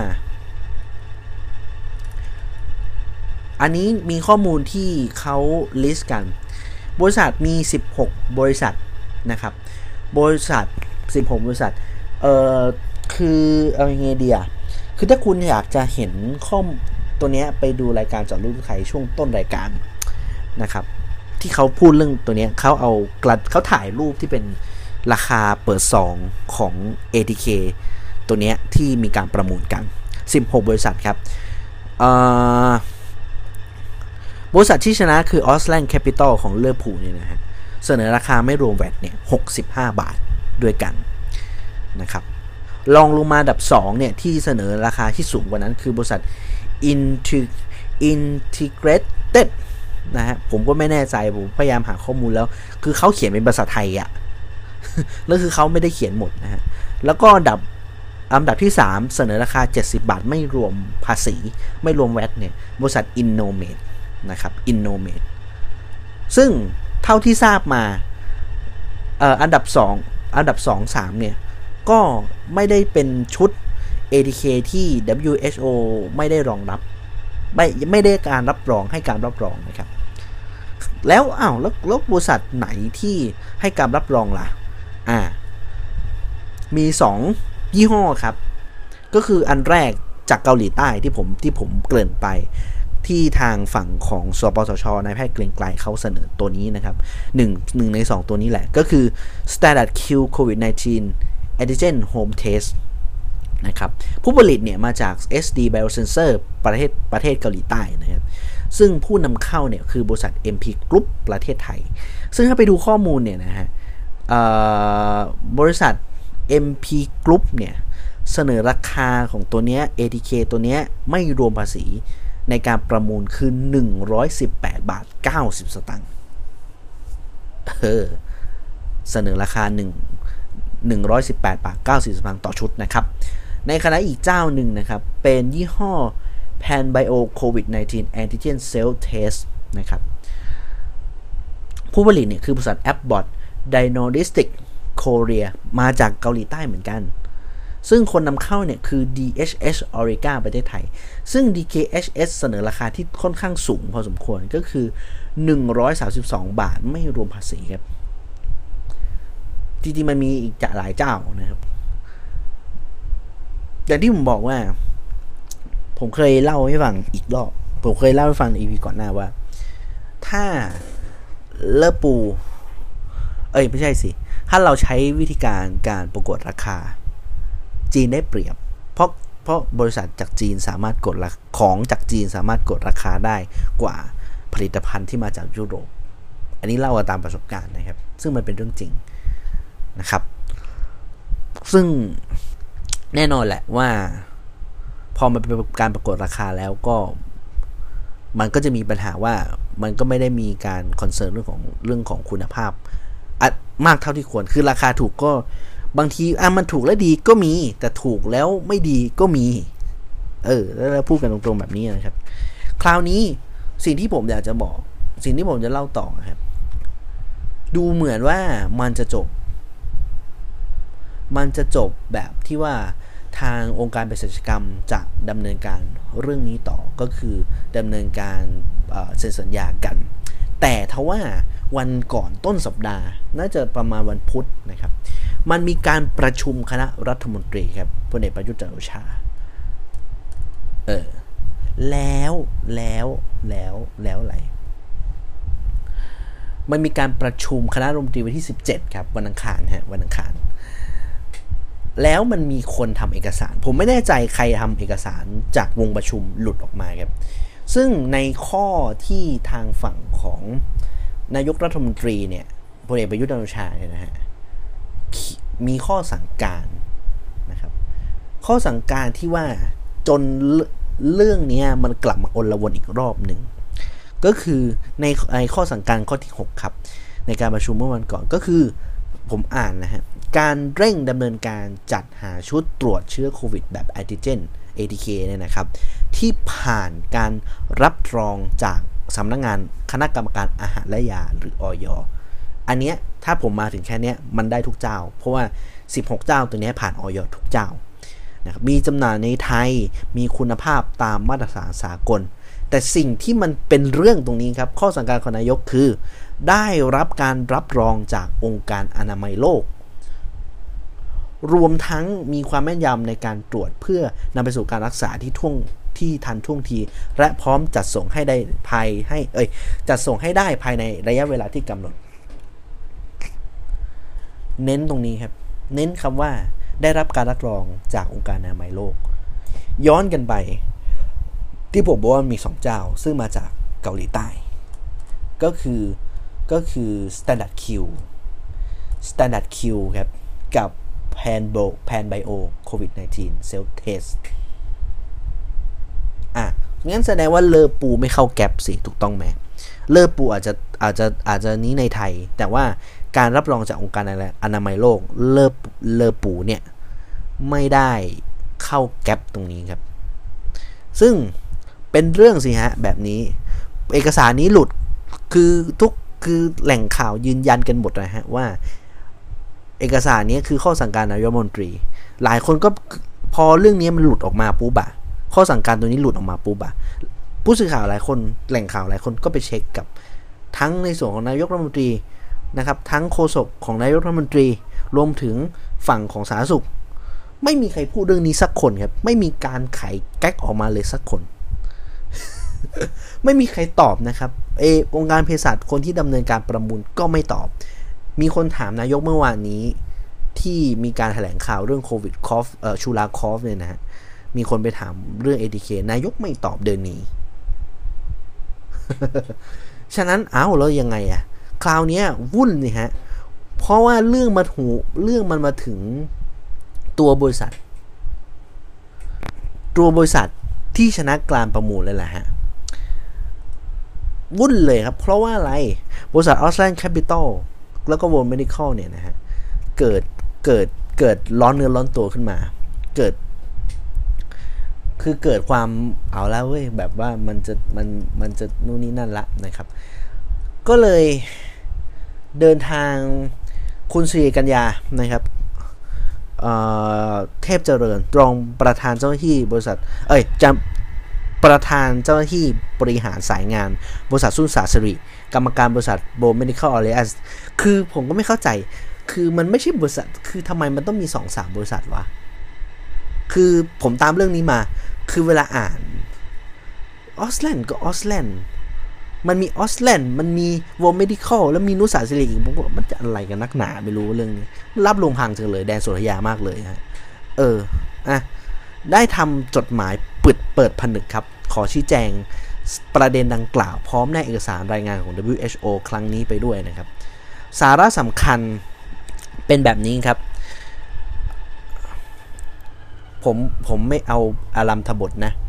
อันนี้มีข้อมูลที่เขาลิสต์กันบริษัทมีสิบหกบริษัทนะครับบริษัทสิบหกบริษัทเอ่อคือเอาไงดีอ่ะคือถ้าคุณอยากจะเห็นข้อตัวนี้ไปดูรายการเจาะลึกไทยช่วงต้นรายการนะครับที่เขาพูดเรื่องตัวนี้เขาเอากลัดเขาถ่ายรูปที่เป็นราคาเปิดซองของ เอ ที เค ตัวนี้ที่มีการประมูลกันสิบหกบริษัทครับเอ่อบริษัทที่ชนะคือ Auslan Capital ของลิเวอร์พูลเนี่ยนะฮะเสนอราคาไม่รวม แวต เนี่ยหกสิบห้าบาทด้วยกันนะครับลองลงมาอันดับสองเนี่ยที่เสนอราคาที่สูงกว่านั้นคือบริษัท Integrated นะฮะผมก็ไม่แน่ใจผมพยายามหาข้อมูลแล้วคือเขาเขียนเป็นภาษาไทยอะ แล้วคือเขาไม่ได้เขียนหมดนะฮะแล้วก็อันดับอันดับที่สามเสนอราคาเจ็ดสิบบาทไม่รวมภาษีไม่รวม แวต เนี่ยบริษัท Innomate นะครับ Innomate ซึ่งเท่าที่ทราบมาเอ่ออันดับสองอันดับสอง สามเนี่ยก็ไม่ได้เป็นชุด เอ ที เค ที่ ดับเบิลยู เอช โอ ไม่ได้รองรับไม่ไม่ได้การรับรองให้การรับรองนะครับแล้วอ้าวแล้วแล้วบริษัทไหนที่ให้การรับรองล่ะอ่ามีสองยี่ห้อครับก็คืออันแรกจากเกาหลีใต้ที่ผมที่ผมเกริ่นไปที่ทางฝั่งของสปสชนายแพทย์เกรียงไกรเขาเสนอตัวนี้นะครับหนึ่ง หนึ่งในสองตัวนี้แหละก็คือ Standard Q โควิด สิบเก้า Antigen Home Test นะครับผู้ผลิตเนี่ยมาจาก เอส ดี Biosensor ประเทศประเทศเกาหลีใต้นะครับซึ่งผู้นำเข้าเนี่ยคือบริษัท เอ็ม พี Group ประเทศไทยซึ่งถ้าไปดูข้อมูลเนี่ยนะฮะบริษัท เอ็ม พี Group เนี่ยเสนอราคาของตัวเนี้ย เอ ที เค ตัวเนี้ยไม่รวมภาษีในการประมูลคือหนึ่งร้อยสิบแปดบาทเก้าสิบสตางค์เออเสนอราคา1 หนึ่งร้อยสิบแปดบาทเก้าสิบสตางค์ต่อชุดนะครับในขณะอีกเจ้าหนึ่งนะครับเป็นยี่ห้อ Panbio โควิด สิบเก้า Antigen Cell Test นะครับผู้ผลิตเนี่ยคือบริษัท Abbott Diagnostics Korea มาจากเกาหลีใต้เหมือนกันซึ่งคนนำเข้าเนี่ยคือ ดี เอช เอช Orica ประเทศไทยซึ่ง ดี เค เอช เอส เสนอราคาที่ค่อนข้างสูงพอสมควรก็คือหนึ่งร้อยสามสิบสองบาทไม่รวมภาษีครับจริงๆมันมีอีกหลายเจ้านะครับอย่างที่ผมบอกว่าผมเคยเล่าให้ฟังอีกรอบผมเคยเล่าให้ฟังใน อี พี ก่อนหน้าว่าถ้าเลอปูเอ้ยไม่ใช่สิถ้าเราใช้วิธีการการประกวดราคาจีนได้เปรียบเพราะเพราะบริษัทจากจีนสามารถกดราคาของจากจีนสามารถกดราคาได้กว่าผลิตภัณฑ์ที่มาจากยุโรปอันนี้เล่าตามประสบการณ์นะครับซึ่งมันเป็นเรื่องจริงนะครับซึ่งแน่นอนแหละว่าพอมันเป็นการประกวดราคาแล้วก็มันก็จะมีปัญหาว่ามันก็ไม่ได้มีการคอนเซิร์นเรื่องของเรื่องของคุณภาพมากเท่าที่ควรคือราคาถูกก็บางทีอ่ะมันถูกแล้วดีก็มีแต่ถูกแล้วไม่ดีก็มีเออแล้วพูดกันตรงๆแบบนี้นะครับคราวนี้สิ่งที่ผมอยากจะบอกสิ่งที่ผมจะเล่าต่อครับดูเหมือนว่ามันจะจบมันจะจบแบบที่ว่าทางองค์การเภสัชกรรมจะดำเนินการเรื่องนี้ต่อก็คือดำเนินการเซ็นสัญญากันแต่ทว่าวันก่อนต้นสัปดาห์น่าจะประมาณวันพุธนะครับมันมีการประชุมคณะรัฐมนตรีครับพลเอกประยุทธ์จันทร์โอชาเออแล้วแล้วแล้วแล้วอะไรมันมีการประชุมคณะรัฐมนตรีวันที่สิบเจ็ดครับวันอังคารฮะวันอังคารแล้วมันมีคนทำเอกสารผมไม่แน่ใจใครทำเอกสารจากวงประชุมหลุดออกมาครับซึ่งในข้อที่ทางฝั่งของนายกรัฐมนตรีเนี่ยพลเอกประยุทธ์จันทร์โอชาเนี่ยนะฮะมีข้อสั่งการนะครับข้อสั่งการที่ว่าจนเรื่องนี้มันกลับมาอลวนอีกรอบหนึ่งก็คือในในข้อสั่งการข้อที่หกครับในการประชุมเมื่อวันก่อนก็คือผมอ่านนะฮะการเร่งดำเนินการจัดหาชุดตรวจเชื้อโควิดแบบแอนติเจน เอ ที เค เนี่ยนะครับที่ผ่านการรับรองจากสำนักงานคณะกรรมการอาหารและยาหรืออย.อันเนี้ยถ้าผมมาถึงแค่เนี้ยมันได้ทุกเจ้าเพราะว่าสิบหกเจ้าตัวนี้ผ่านอย.ทุกเจ้านะครับมีจำหน่ายในไทยมีคุณภาพตามมาตรฐานสากลแต่สิ่งที่มันเป็นเรื่องตรงนี้ครับข้อสั่งการของนายกคือได้รับการรับรองจากองค์การอนามัยโลกรวมทั้งมีความแม่นยำในการตรวจเพื่อนำไปสู่การรักษาที่ท่วงที่ทันท่วงทีและพร้อมจัดส่งให้ได้ภายให้เอ้ยจัดส่งให้ได้ภายในระยะเวลาที่กำหนดเน้นตรงนี้ครับเน้นคำว่าได้รับการรับรองจากองค์การอนามัยโลกย้อนกันไปที่ผมบอกว่ามีสองเจ้าซึ่งมาจากเกาหลีใต้ก็คือก็คือ Standard Q Standard Q ครับกับ Panbo Panbio โควิด สิบเก้า Self Test อ่ะงั้นแสดงว่าเลอปูไม่เข้าแก๊ปสิถูกต้องไหมเลอปูอาจจะอาจจะอาจจะนี้ในไทยแต่ว่าการรับรองจากองค์การอนามัยโลกเลอเลอปูเนี่ยไม่ได้เข้าแก๊ปตรงนี้ครับซึ่งเป็นเรื่องสิฮะแบบนี้เอกสารนี้หลุดคือทุกคือแหล่งข่าวยืนยันกันหมดนะฮะว่าเอกสารนี้คือข้อสั่งการนายกรัฐมนตรีหลายคนก็พอเรื่องนี้มันหลุดออกมาปุ๊บอะข้อสั่งการตัวนี้หลุดออกมาปุ๊บอะผู้สื่อข่าวหลายคนแหล่งข่าวหลายคนก็ไปเช็คกับทั้งในส่วนของนายกรัฐมนตรีนะครับทั้งโฆษกของนายกรัฐมนตรีรวมถึงฝั่งของสาธารณสุขไม่มีใครพูดเรื่องนี้สักคนครับไม่มีการไขแก๊กออกมาเลยสักคน ไม่มีใครตอบนะครับเอองค์การเภสัชคนที่ดำเนินการประมูลก็ไม่ตอบมีคนถามนายกเมื่อวานนี้ที่มีการแถลงข่าวเรื่องโควิดคอฟเอ่อชูลาคอฟเนี่ยนะฮะมีคนไปถามเรื่อง เอ ที เค นายกไม่ตอบเดินหนี ฉะนั้นอ้าวแล้วยังไงอะคราวนี้วุ่นนี่ฮะเพราะว่าเรื่องมาถูเรื่องมันมาถึงตัวบริษัทตัวบริษัทที่ชนะการประมูลเลยแหละฮะวุ่นเลยครับเพราะว่าอะไรบริษัท Australian Capital แล้วก็ World Medical เนี่ยนะฮะเกิดเกิดเกิดร้อนเนื้อร้อนตัวขึ้นมาเกิดคือเกิดความเอาแล้วเว้ยแบบว่ามันจะมันมันจะนู่นนี่นั่นละนะครับก็เลยเดินทางคุณศรีกัญญานะครับเอ่อเทพเจริญรองประธานเจ้าหน้าที่บริษัทเอ้ยจำประธานเจ้าหน้าที่บริหารสายงานบริษัทสุนสาสิริกรรมการบริษัทโบเมดิคอลออเรอัสคือผมก็ไม่เข้าใจคือมันไม่ใช่บริษัทคือทำไมมันต้องมี สองสาม บริษัทวะคือผมตามเรื่องนี้มาคือเวลาอ่านออสแลนด์ก็ออสแลนด์มันมีออสแลนด์มันมีโวลเมดิคอลแล้วมีนุสาสิริอีกผมว่ามันจะอะไรกันนักหนาไม่รู้เรื่องนี้รับลงพังจังเลยแดนโสธยามากเลยฮะเอออ่ะได้ทำจดหมายเปิดเปิดผนึกครับขอชี้แจงประเด็นดังกล่าวพร้อมในเอกสารรายงานของ ดับเบิลยู เอช โอ ครั้งนี้ไปด้วยนะครับสาระสำคัญเป็นแบบนี้ครับผมผมไม่เอาอารัมทบทนะ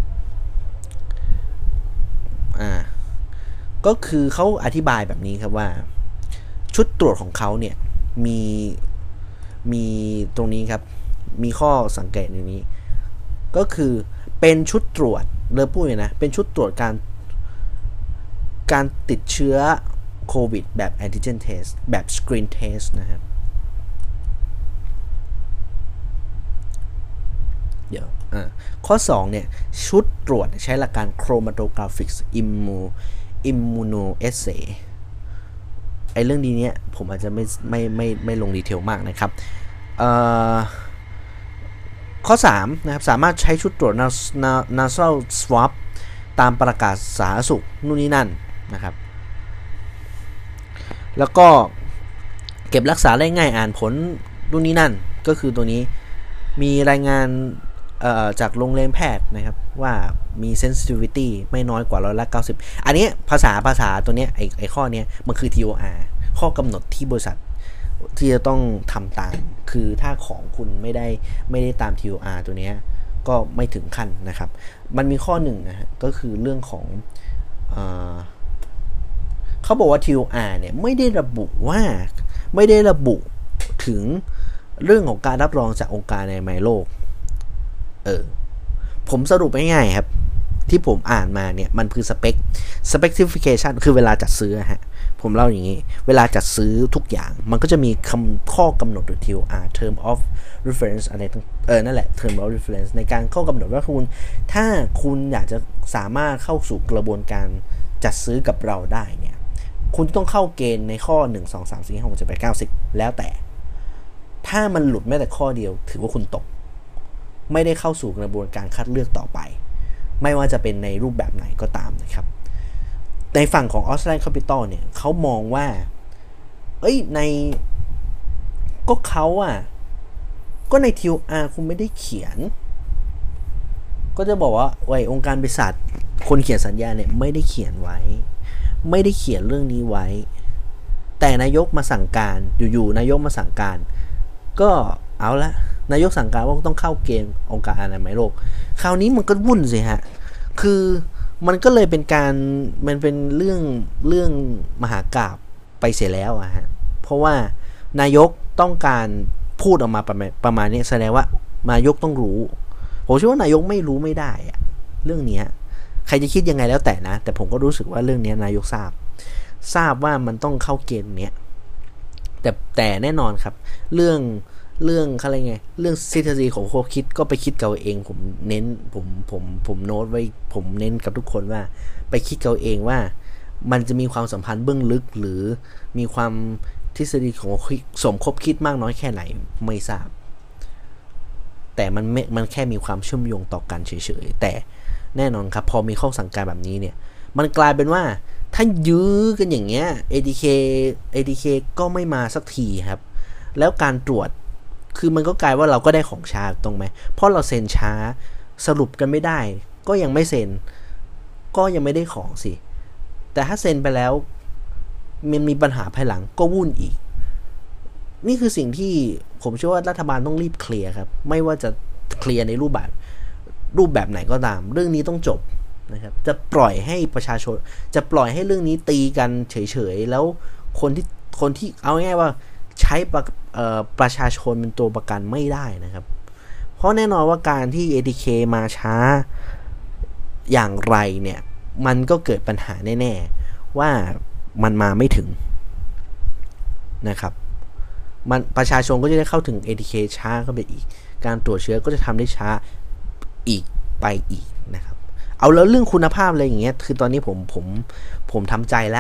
อ่าก็คือเขาอธิบายแบบนี้ครับว่าชุดตรวจของเขาเนี่ยมีมีตรงนี้ครับมีข้อสังเกตอย่างนี้ก็คือเป็นชุดตรวจเริ่มพูดเลยนะเป็นชุดตรวจการการติดเชื้อโควิดแบบแอนติเจนเทสแบบสกรีนเทสนะครับเดี๋ยวอ่าข้อสองเนี่ยชุดตรวจใช้หลักการ chromatographic immunoassay ไอ้เรื่องดีเนี้ยผมอาจจะไม่ไม่ไม่ไม่ลงดีเทลมากนะครับเอ่อข้อสามนะครับสามารถใช้ชุดตรวจ nasal swab ตามประกาศสาธารณสุขนู่นนี่นั่นนะครับแล้วก็เก็บรักษาได้ง่ายอ่านผลนู่นนี่นั่นก็คือตัวนี้มีรายงานจากโรงเรียนแพทย์นะครับว่ามี sensitivity ไม่น้อยกว่าร้อยละเก้าสิบอันนี้ภาษาภาษาตัวเนี้ยไอไอข้อเนี้ยมันคือ ที โอ อาร์ ข้อกำหนดที่บริษัทที่จะต้องทำตามคือถ้าของคุณไม่ได้ไม่ได้ตาม ที โอ อาร์ ตัวเนี้ยก็ไม่ถึงขั้นนะครับมันมีข้อหนึ่งนะฮะก็คือเรื่องของเอ่อเขาบอกว่า ที โอ อาร์ เนี่ยไม่ได้ระบุว่าไม่ได้ระบุถึงเรื่องของการรับรองจากองค์การอนามัยโลกเออผมสรุปง่ายๆครับที่ผมอ่านมาเนี่ยมันคือสเปค specification คือเวลาจัดซื้อฮะผมเล่าอย่างนี้เวลาจัดซื้อทุกอย่างมันก็จะมีคำข้อกำหนดหรือ ที โอ อาร์ term of reference อะไรทั้งเออนั่นแหละ term of reference ในการข้อกำหนดว่าคุณถ้าคุณอยากจะสามารถเข้าสู่กระบวนการจัดซื้อกับเราได้เนี่ยคุณต้องเข้าเกณฑ์ในข้อหนึ่ง สอง สาม สี่ ห้า หก เจ็ด แปด เก้า สิบแล้วแต่ถ้ามันหลุดแม้แต่ข้อเดียวถือว่าคุณตกไม่ได้เข้าสู่กระบวนการคัดเลือกต่อไปไม่ว่าจะเป็นในรูปแบบไหนก็ตามนะครับในฝั่งของ Australian Capital เนี่ยเขามองว่าเอ้ยในก็เขาอ่ะก็ใน ที โอ อาร์ คุณไม่ได้เขียนก็จะบอกว่าไว้องค์การบริษัทคนเขียนสัญญาเนี่ยไม่ได้เขียนไว้ไม่ได้เขียนเรื่องนี้ไว้แต่นายกมาสั่งการอยู่ๆนายกมาสั่งการก็เอาละนายกสั่งการว่าต้องเข้าเกณฑ์องค์การอนามัยโลกคราวนี้มันก็วุ่นสิฮะคือมันก็เลยเป็นการมันเป็นเรื่องเรื่องมหากาพย์ไปเสียแล้วอะฮะเพราะว่านายกต้องการพูดออกมาประมาณประมาณนี้แสดงว่านายกต้องรู้ผมเชื่อว่านายกไม่รู้ไม่ได้อะเรื่องนี้ใครจะคิดยังไงแล้วแต่นะแต่ผมก็รู้สึกว่าเรื่องนี้นายกทราบทราบว่ามันต้องเข้าเกณฑ์เนี้ยแต่แต่แน่นอนครับเรื่องเรื่องอะไรไงเรื่องทฤษฎีของโคคิดก็ไปคิดกับเองผมเน้นผมผมผมโน้ตไว้ผมเน้นกับทุกคนว่าไปคิดกับเองว่ามันจะมีความสัมพันธ์เบื้องลึกหรือมีความทฤษฎีของสมคบคิดมากน้อยแค่ไหนไม่ทราบแต่มันไม่มันแค่มีความเชื่อมโยงต่อกันเฉยๆแต่แน่นอนครับพอมีข้อสั่งการแบบนี้เนี่ยมันกลายเป็นว่าถ้ายื้อกันอย่างเงี้ย เอ ดี เค เอ ดี เค ก็ไม่มาสักทีครับแล้วการตรวจคือมันก็กลายว่าเราก็ได้ของช้าตรงไหมเพราะเราเซ็นช้าสรุปกันไม่ได้ก็ยังไม่เซ็นก็ยังไม่ได้ของสิแต่ถ้าเซ็นไปแล้วมันมีปัญหาภายหลังก็วุ่นอีกนี่คือสิ่งที่ผมเชื่อว่ารัฐบาลต้องรีบเคลียร์ครับไม่ว่าจะเคลียร์ในรูปแบบรูปแบบไหนก็ตามเรื่องนี้ต้องจบนะครับจะปล่อยให้ประชาชนจะปล่อยให้เรื่องนี้ตีกันเฉยๆแล้วคนที่คนที่เอาง่ายๆว่าใช้ประ, ประชาชนเป็นตัวประกันไม่ได้นะครับเพราะแน่นอนว่าการที่ เอ ที เค มาช้าอย่างไรเนี่ยมันก็เกิดปัญหาแน่ๆว่ามันมาไม่ถึงนะครับมันประชาชนก็จะได้เข้าถึง เอ ที เค ช้าเข้าไปอีกการตรวจเชื้อก็จะทำได้ช้าอีกไปอีกนะครับเอาแล้วเรื่องคุณภาพอะไรอย่างเงี้ยคือตอนนี้ผมผมผมทำใจแล้ว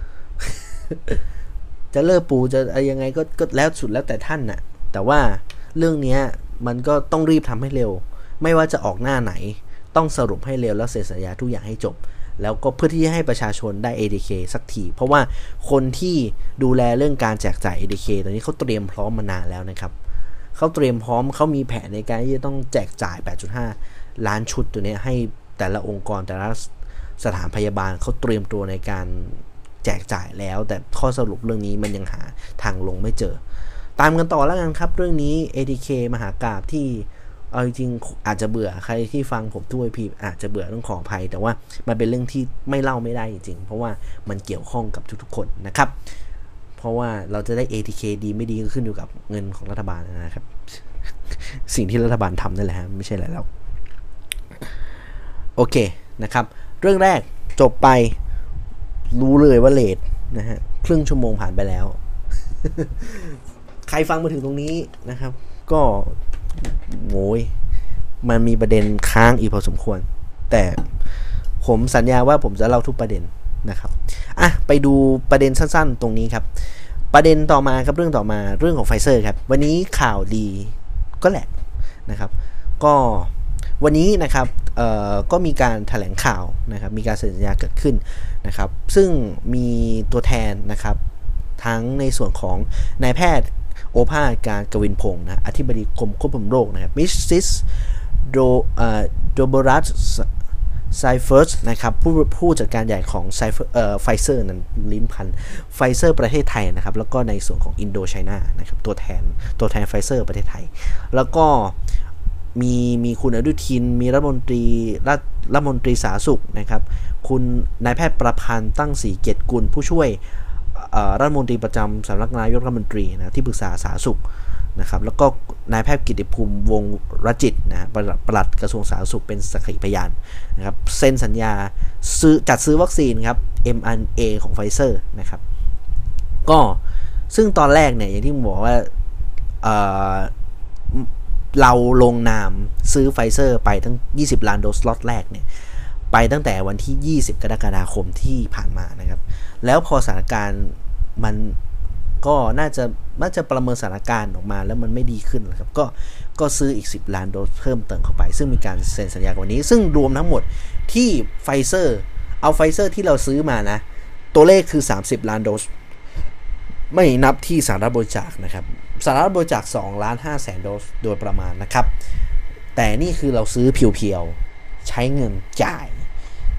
จะเลิกปูจะอะไรยังไงก็ก็แล้วสุดแล้วแต่ท่านน่ะแต่ว่าเรื่องนี้มันก็ต้องรีบทำให้เร็วไม่ว่าจะออกหน้าไหนต้องสรุปให้เร็วแล้วเซ็นสัญญาทุกอย่างให้จบแล้วก็เพื่อที่จะให้ประชาชนได้ เอ ดี เค สักทีเพราะว่าคนที่ดูแลเรื่องการแจกจ่าย เอ ดี เค ตอนนี้เขาเตรียมพร้อมมานานแล้วนะครับเขาเตรียมพร้อมเขามีแผนในการที่จะต้องแจกจ่าย แปดจุดห้า ล้านชุดตัวนี้ให้แต่ละองค์กรแต่ละสถานพยาบาลเขาเตรียมตัวในการแจกจ่ายแล้วแต่ข้อสรุปเรื่องนี้มันยังหาทางลงไม่เจอตามกันต่อแล้วกันครับเรื่องนี้ เอ ที เค มหากาพย์ที่เอาจริงๆอาจจะเบื่อใครที่ฟังผมด้วยพี่อาจจะเบื่อต้องขออภัยแต่ว่ามันเป็นเรื่องที่ไม่เล่าไม่ได้จริงๆเพราะว่ามันเกี่ยวข้องกับทุกๆคนนะครับเพราะว่าเราจะได้ เอ ที เค ดีไม่ดีก็ขึ้นอยู่กับเงินของรัฐบาลนะครับ สิ่งที่รัฐบาลทำนั่นแหละฮะไม่ใช่อะไรแล้วโอเคนะครับเรื่องแรกจบไปรู้เลยว่าเลทนะฮะครึ่งชั่วโมงผ่านไปแล้ว ใครฟังมาถึงตรงนี้นะครับก็โง่ยมันมีประเด็นค้างอีกพอสมควรแต่ผมสัญญาว่าผมจะเล่าทุกประเด็นนะครับอ่ะไปดูประเด็นสั้นๆตรงนี้ครับประเด็นต่อมาครับเรื่องต่อมาเรื่องของไฟเซอร์ครับวันนี้ข่าวดีก็แหละนะครับก็วันนี้นะครับเอ่อก็มีการแถลงข่าวนะครับมีการเซ็นสัญญาเกิดขึ้นนะครับซึ่งมีตัวแทนนะครับทั้งในส่วนของนายแพทย์โอภาสการกวินพงศ์นะอธิบดีกรมควบคุมโรคนะครับมิสซิสโดเอ่อโดโบรัสไซเฟิร์สนะครับผู้ผู้จัดการใหญ่ของไซเฟอร์เอ่อไฟเซอร์นั้นลิ้นพันไฟเซอร์ประเทศไทยนะครับแล้วก็ในส่วนของอินโดไชน่านะครับตัวแทนตัวแทนไฟเซอร์ประเทศไทยแล้วก็มีมีคุณอนุทินมีรัฐมนตรีรัฐรัฐมนตรีสาธารณสุขนะครับคุณนายแพทย์ประพันธ์ตั้งศรีเกียรติกุลผู้ช่วยรัฐมนตรีประจำสำนักนายกรัฐมนตรีนะที่ปรึกษาสาธารณสุขนะครับแล้วก็นายแพทย์กิติภูมิวงศ์รจิตนะปลัดกระทรวงสาธารณสุขเป็นสักขีพยานนะครับเซ็นสัญญาซื้อจัดซื้อวัคซีนครับ เอ็ม อาร์ เอ็น เอ ของไฟเซอร์นะครับก็ซึ่งตอนแรกเนี่ยอย่างที่ผมบอกว่าเอ่อเราลงนามซื้อไฟเซอร์ไปทั้งยี่สิบล้านโดสล็อตแรกเนี่ยไปตั้งแต่วันที่ยี่สิบกรกฎาคมที่ผ่านมานะครับแล้วพอสถานการณ์มันก็น่าจะน่าจะประเมินสถานการณ์ออกมาแล้วมันไม่ดีขึ้นนะครับก็ก็ซื้ออีกสิบล้านโดสเพิ่มเติมเข้าไปซึ่งมีการเซ็นสัญญาวันนี้ซึ่งรวมทั้งหมดที่ไฟเซอร์เอาไฟเซอร์ที่เราซื้อมานะตัวเลขคือสามสิบล้านโดสไม่นับที่สหรัฐบริจาคนะครับสหรัฐบริจาคสองล้านห้าแสนโดสโดยประมาณนะครับแต่นี่คือเราซื้อเพียวๆใช้เงินจ่าย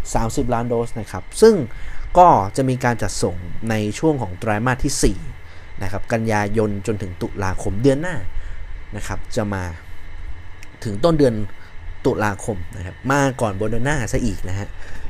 สามสิบล้านโดสนะครับซึ่งก็จะมีการจัดส่งในช่วงของไตรมาสที่สี่นะครับกันยายนจนถึงตุลาคมเดือนหน้านะครับจะมาถึงต้นเดือนตุลาคมนะครับมาก่อนโมเดอร์นาซะอีกนะฮะ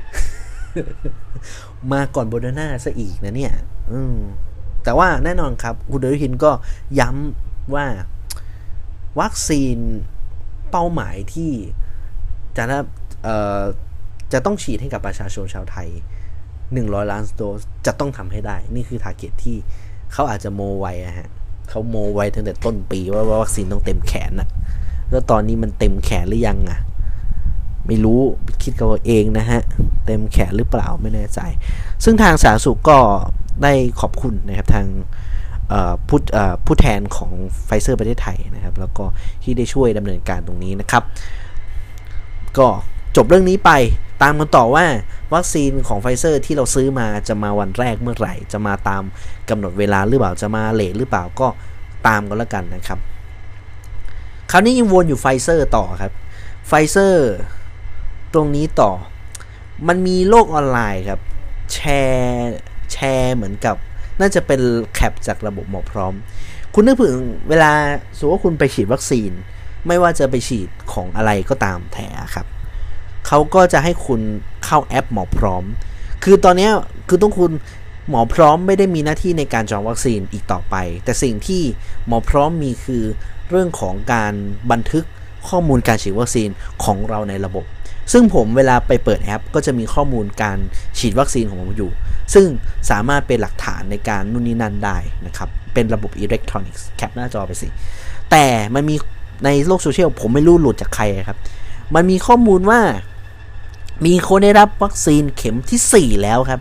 มาก่อนโมเดอร์นาซะอีกนะเนี่ยอืมแต่ว่าแน่นอนครับคุณอนุทินก็ย้ำว่าวัคซีนเป้าหมายที่จะเอ่อจะต้องฉีดให้กับประชาชนชาวไทยหนึ่งร้อยล้านโดสจะต้องทำให้ได้นี่คือทาร์เก็ตที่เขาอาจจะโมไว้อะฮะเขาโมไว้ตั้งแต่ต้นปีว่าวัคซีนต้องเต็มแขนนะแล้วตอนนี้มันเต็มแขนหรือยังอะไม่รู้คิดกันเองนะฮะเต็มแขนหรือเปล่าไม่แน่ใจซึ่งทางสาธารณสุขก็ได้ขอบคุณนะครับทางผู้ผู้แทนของไฟเซอร์ประเทศไทยนะครับแล้วก็ที่ได้ช่วยดำเนินการตรงนี้นะครับก็จบเรื่องนี้ไปตามกันต่อว่าวัคซีนของไฟเซอร์ที่เราซื้อมาจะมาวันแรกเมื่อไหร่จะมาตามกำหนดเวลาหรือเปล่าจะมาเลทหรือเปล่าก็ตามกันแล้วกันนะครับคราวนี้ยังวนอยู่ไฟเซอร์ต่อครับไฟเซอร์ตรงนี้ต่อมันมีโลกออนไลน์ครับแชร์แชร์เหมือนกับน่าจะเป็นแคปจากระบบหมอพร้อมคุณนึกถึงเวลาสมมติว่าคุณไปฉีดวัคซีนไม่ว่าจะไปฉีดของอะไรก็ตามแถครับเขาก็จะให้คุณเข้าแอปหมอพร้อมคือตอนนี้คือต้องคุณหมอพร้อมไม่ได้มีหน้าที่ในการจองวัคซีนอีกต่อไปแต่สิ่งที่หมอพร้อมมีคือเรื่องของการบันทึกข้อมูลการฉีดวัคซีนของเราในระบบซึ่งผมเวลาไปเปิดแอปก็จะมีข้อมูลการฉีดวัคซีนของผมอยู่ซึ่งสามารถเป็นหลักฐานในการนู่นนี่นั่นได้นะครับเป็นระบบอิเล็กทรอนิกส์แคปหน้าจอไปสิแต่มันมีในโลกโซเชียลผมไม่รู้หลุดจากใครครับมันมีข้อมูลว่ามีคนได้รับวัคซีนเข็มที่สี่แล้วครับ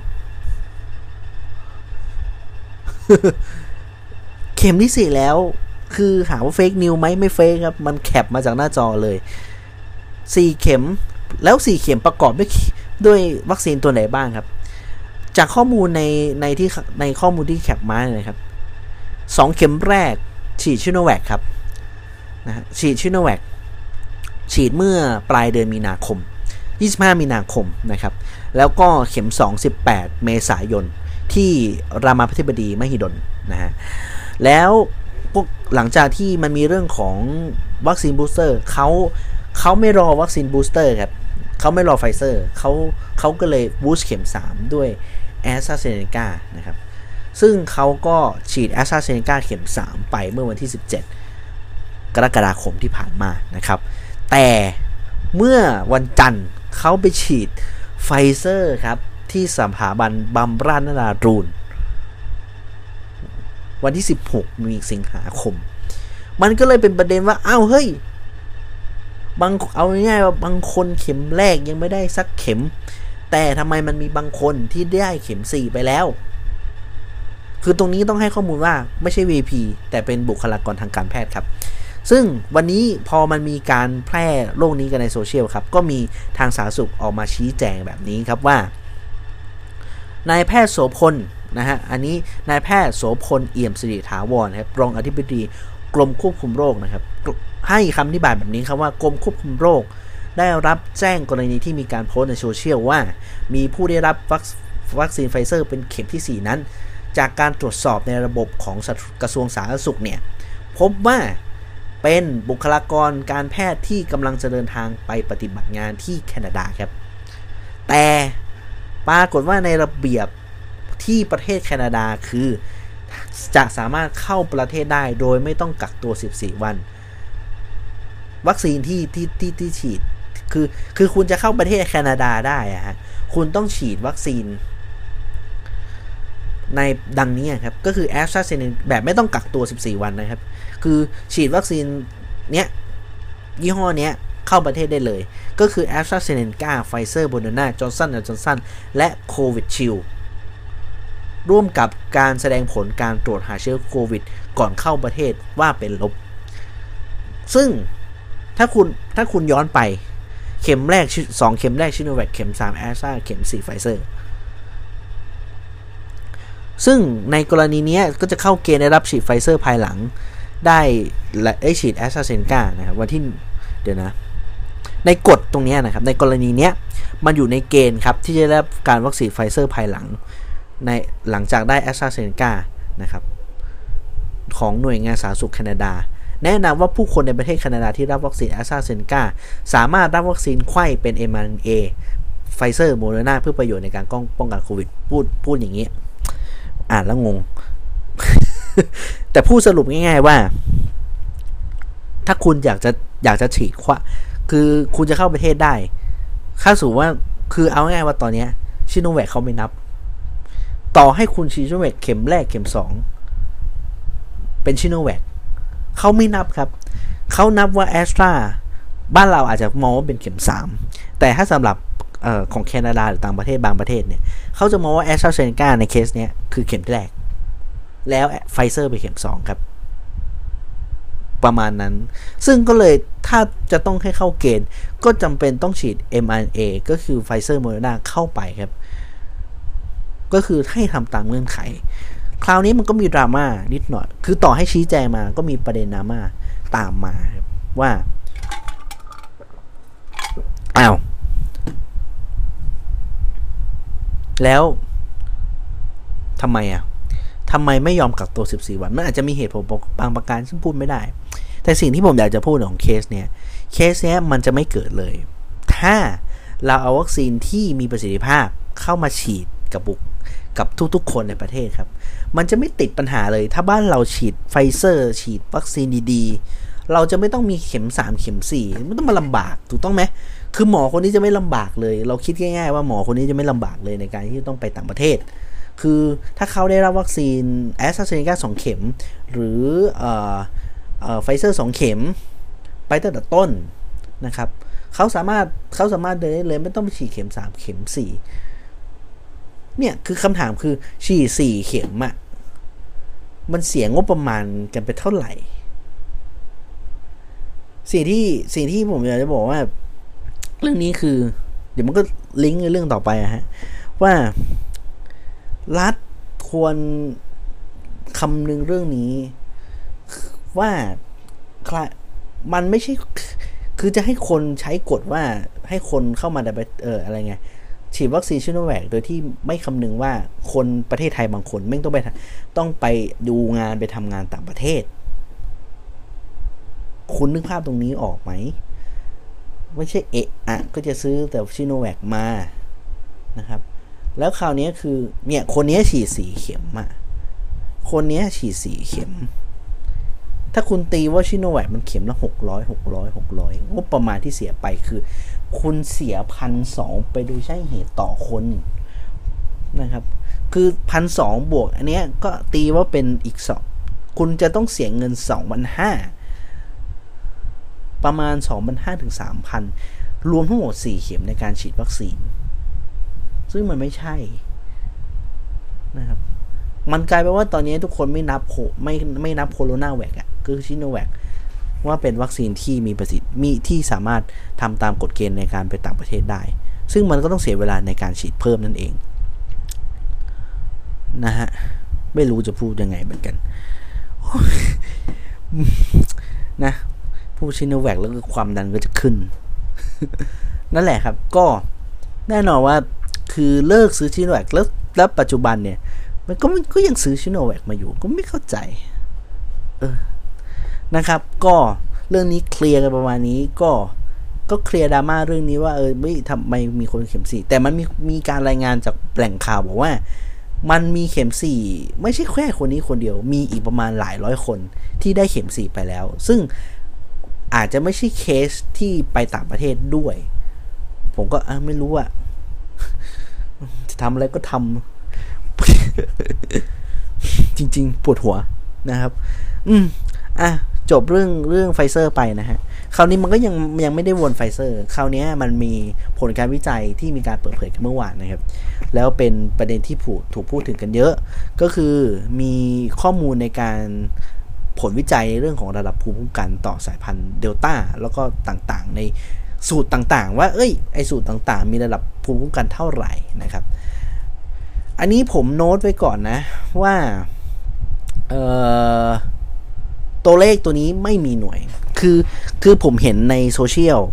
เข็มที่สี่แล้วคือหาว่าเฟกนิวไหมไม่เฟกครับมันแคปมาจากหน้าจอเลยสี่เข็มแล้วสี่เข็มประกอบด้วยด้วยวัคซีนตัวไหนบ้างครับจากข้อมูลในในที่ในข้อมูลที่แคปมาเลยครับสองเข็มแรกฉีดชิโนแวคครับนะฮะฉีดชิโนแวคฉีดเมื่อปลายเดือนมีนาคมยี่สิบห้ามีนาคมนะครับแล้วก็เข็มสอง สิบแปดเมษายนที่รามาธิบดีมหิดลนะฮะแล้วพวกหลังจากที่มันมีเรื่องของวัคซีนบูสเตอร์เขาเขาไม่รอวัคซีนบูสเตอร์ครับเขาไม่รอไฟเซอร์เขาเขาก็เลยบูสต์เข็มสามด้วย AstraZeneca นะครับซึ่งเขาก็ฉีด AstraZeneca เข็มสามไปเมื่อวันที่สิบเจ็ดกรกฎาคมที่ผ่านมานะครับแต่เมื่อวันจันทร์เขาไปฉีดไฟเซอร์ครับที่สถาบันบำราศนราดูรวันที่สิบหกมีสิงหาคมมันก็เลยเป็นประเด็นว่าอ้าวเฮ้ยบางเอาง่ายๆว่าบางคนเข็มแรกยังไม่ได้สักเข็มแต่ทำไมมันมีบางคนที่ได้เข็มสี่ไปแล้วคือตรงนี้ต้องให้ข้อมูลว่าไม่ใช่ วี ไอ พี แต่เป็นบุคลากรทางการแพทย์ครับซึ่งวันนี้พอมันมีการแพร่โรคนี้กันในโซเชียลครับก็มีทางสาธารณสุขออกมาชี้แจงแบบนี้ครับว่านายแพทย์โสพลนะฮะอันนี้นายแพทย์โสพลเอี่ยมสิริถาวรครับรองอธิบดีกรมควบคุมโรคนะครับให้คำอธิบายแบบนี้ครับว่ากรมควบคุมโรคได้รับแจ้งกรณีที่มีการโพสต์ในโซเชียลว่ามีผู้ได้รับวัคซีนไฟเซอร์เป็นเข็มที่สี่นั้นจากการตรวจสอบในระบบของกระทรวงสาธารณสุขเนี่ยพบว่าเป็นบุคลากรการแพทย์ที่กำลังจะเดินทางไปปฏิบัติงานที่แคนาดาครับแต่ปรากฏว่าในระเบียบที่ประเทศแคนาดาคือจะสามารถเข้าประเทศได้โดยไม่ต้องกักตัวสิบสี่วันวัคซีนที่ที่ที่ที่ฉีดคือคือคุณจะเข้าประเทศแคนาดาได้อะฮะคุณต้องฉีดวัคซีนในดังนี้ครับก็คือ AstraZeneca แบบไม่ต้องกักตัวสิบสี่วันนะครับคือฉีดวัคซีนเนี้ยยี่ห้อเนี้ยเข้าประเทศได้เลยก็คือ AstraZeneca Pfizer Moderna Johnson แอนด์ Johnson และ Covishield ร่วมกับการแสดงผลการตรวจหาเชื้อโควิดก่อนเข้าประเทศว่าเป็นลบซึ่งถ้าคุณถ้าคุณย้อนไปเข็มแรกสองเข็มแรกชิโนแวคเข็มสาม Astra เข็มสี่ Pfizer ซึ่งในกรณีนี้ก็จะเข้าเกณฑ์ได้รับฉีดไฟเซอร์ภายหลังได้และได้ฉีด AstraZeneca นะครับวันที่เดี๋ยวนะในกฎตรงนี้นะครับในกรณีเนี้ยมันอยู่ในเกณฑ์ครับที่จะได้รับการวัคซีนไฟเซอร์ภายหลังในหลังจากได้ AstraZeneca นะครับของหน่วยงานสาธารณสุขแคนาดาแนะนำว่าผู้คนในประเทศแคนาดาที่รับวัคซีน AstraZeneca สามารถรับวัคซีนไข้เป็น เอ็ม อาร์ เอ็น เอ ไฟเซอร์โมเดอร์นาเพื่อประโยชน์ในการป้องกันโควิดพูดพูดอย่างนี้อ่านแล้วงง แต่พูดสรุปง่ายๆว่าถ้าคุณอยากจะอยากจะฉีดควะคือคุณจะเข้าประเทศได้ค่าสูงว่าคือเอาง่ายๆว่าตอนนี้ชิโนแวคเขาไม่นับต่อให้คุณฉีดชิโนแวคเข็มแรกเข็มสองเป็นชิโนแวคเขาไม่นับครับเขานับว่าแอสตราบ้านเราอาจจะมองว่าเป็นเข็มสามแต่ถ้าสำหรับเอ่อของแคนาดาหรือต่างประเทศบางประเทศเนี่ยเขาจะมองว่าแอสตราเซเนกาในเคสเนี้ยคือเข็มแรกแล้วไฟเซอร์เป็นเข็มสองครับประมาณนั้นซึ่งก็เลยถ้าจะต้องให้เข้าเกณฑ์ก็จำเป็นต้องฉีด เอ็ม อาร์ เอ็น เอ ก็คือไฟเซอร์โมเดอร์นาเข้าไปครับก็คือให้ทำตามเงื่อนไขคราวนี้มันก็มีดราม่านิดหน่อยคือต่อให้ชี้แจงมาก็มีประเด็นดราม่าตามมาครับว่าอ้าวแล้วทำไมอ่ะทำไมไม่ยอมกักตัวสิบสี่วันมันอาจจะมีเหตุผลบางประการซึ่งพูดไม่ได้แต่สิ่งที่ผมอยากจะพูดของเคสเนี้ยเคสเนี้ยมันจะไม่เกิดเลยถ้าเราเอาวัคซีนที่มีประสิทธิภาพเข้ามาฉีดกับบุกกับทุกๆคนในประเทศครับมันจะไม่ติดปัญหาเลยถ้าบ้านเราฉีดไฟเซอร์ฉีดวัคซีนดีๆเราจะไม่ต้องมีเข็มสามเข็มสี่ไม่ต้องมาลำบากถูกต้องไหมคือหมอคนนี้จะไม่ลำบากเลยเราคิดง่ายๆว่าหมอคนนี้จะไม่ลำบากเลยในการที่ต้องไปต่างประเทศคือถ้าเขาได้รับวัคซีนแอสตราเซเนกาสองเข็มหรือเอ่อเอ่อไฟเซอร์สองเข็มไปตั้งแต่ต้นนะครับเขาสามารถเขาสามารถเดินได้เลยไม่ต้องไปฉีดเข็มสามเข็มสี่เนี่ยคือคำถามคือฉีดสี่เข็มอะมันเสียงบประมาณกันไปเท่าไหร่สิ่งที่สิ่งที่ผมอยากจะบอกว่าเรื่องนี้คือเดี๋ยวมันก็ลิงก์ในเรื่องต่อไปอะฮะว่ารัฐควรคำนึงเรื่องนี้ว่ามันไม่ใช่คือจะให้คนใช้กฎว่าให้คนเข้ามาได้เอออะไรไงฉีดวัคซีนชิโนแวคโดยที่ไม่คำนึงว่าคนประเทศไทยบางคนไม่ต้องไปต้องไปดูงานไปทำงานต่างประเทศคุณนึกภาพตรงนี้ออกไหมไม่ใช่เอะอะก็จะซื้อแต่ชิโนแวคมานะครับแล้วคราวนี้คือเนี่ยคนนี้ฉีดสี่เข็มอะคนนี้ฉีดสี่เข็มถ้าคุณตีว่าชิโนแวคมันเข็มละหกร้อย หกร้อย หกร้อยงบประมาณที่เสียไปคือคุณเสีย หนึ่งพันสองร้อย ไปโดยใช่เหตุต่อคนนะครับคือ หนึ่งพันสองร้อย บวกอันเนี้ยก็ตีว่าเป็นอีกสองคุณจะต้องเสียเงิน สองพันห้าร้อย ประมาณ สองพันห้าร้อย ถึง สามพัน รวมทั้งหมดสี่เข็มในการฉีดวัคซีนซึ่งมันไม่ใช่นะครับมันกลายเป็นว่าตอนนี้ทุกคนไม่นับโคไม่ไม่นับโคโรนาแวคอ่ะคือชิโนแวคว่าเป็นวัคซีนที่มีประสิทธิ์มีที่สามารถทำตามกฎเกณฑ์ในการไปต่างประเทศได้ซึ่งมันก็ต้องเสียเวลาในการฉีดเพิ่มนั่นเองนะฮะไม่รู้จะพูดยังไงเหมือนกันนะพูดชิโนแวคแล้วก็ความดันก็จะขึ้น นั่นแหละครับก็แน่นอนว่าคือเลิกซื้อชิโนแวคแล้วแล้วปัจจุบันเนี่ยมันก็มันก็ยังซื้อชิโนแวคมาอยู่ก็ไม่เข้าใจเออนะครับก็เรื่องนี้เคลียร์กันประมาณนี้ก็ก็เคลียร์ดราม่าเรื่องนี้ว่าเออไม่ทำไมมีคนเข็มสี่แต่มันมีมีการรายงานจากแหล่งข่าวบอกว่ามันมีเข็มสี่ไม่ใช่แค่คนนี้คนเดียวมีอีกประมาณหลายร้อยคนที่ได้เข็มสี่ไปแล้วซึ่งอาจจะไม่ใช่เคสที่ไปต่างประเทศด้วยผมก็ไม่รู้อะจะทำอะไรก็ทำ จริงๆปวดหัวนะครับอืมอ่ะจบเรื่องเรื่องไฟเซอร์ไปนะฮะคราวนี้มันก็ยังยังไม่ได้วนไฟเซอร์คราวนี้มันมีผลการวิจัยที่มีการเปิดเผยกันเมื่อวานนะครับแล้วเป็นประเด็นที่ถูกพูดถึงกันเยอะก็คือมีข้อมูลในการผลวิจัยในเรื่องของระดับภูมิคุ้มกันต่อสายพันธุ์เดลต้าแล้วก็ต่างๆในสูตรต่างๆว่าเอ้ยไอสูตรต่างๆมีระดับภูมิคุ้มกันเท่าไหร่นะครับอันนี้ผมโน้ตไว้ก่อนนะว่าเอ่อตัวเลขตัวนี้ไม่มีหน่วยคือคือผมเห็นในโซเชียล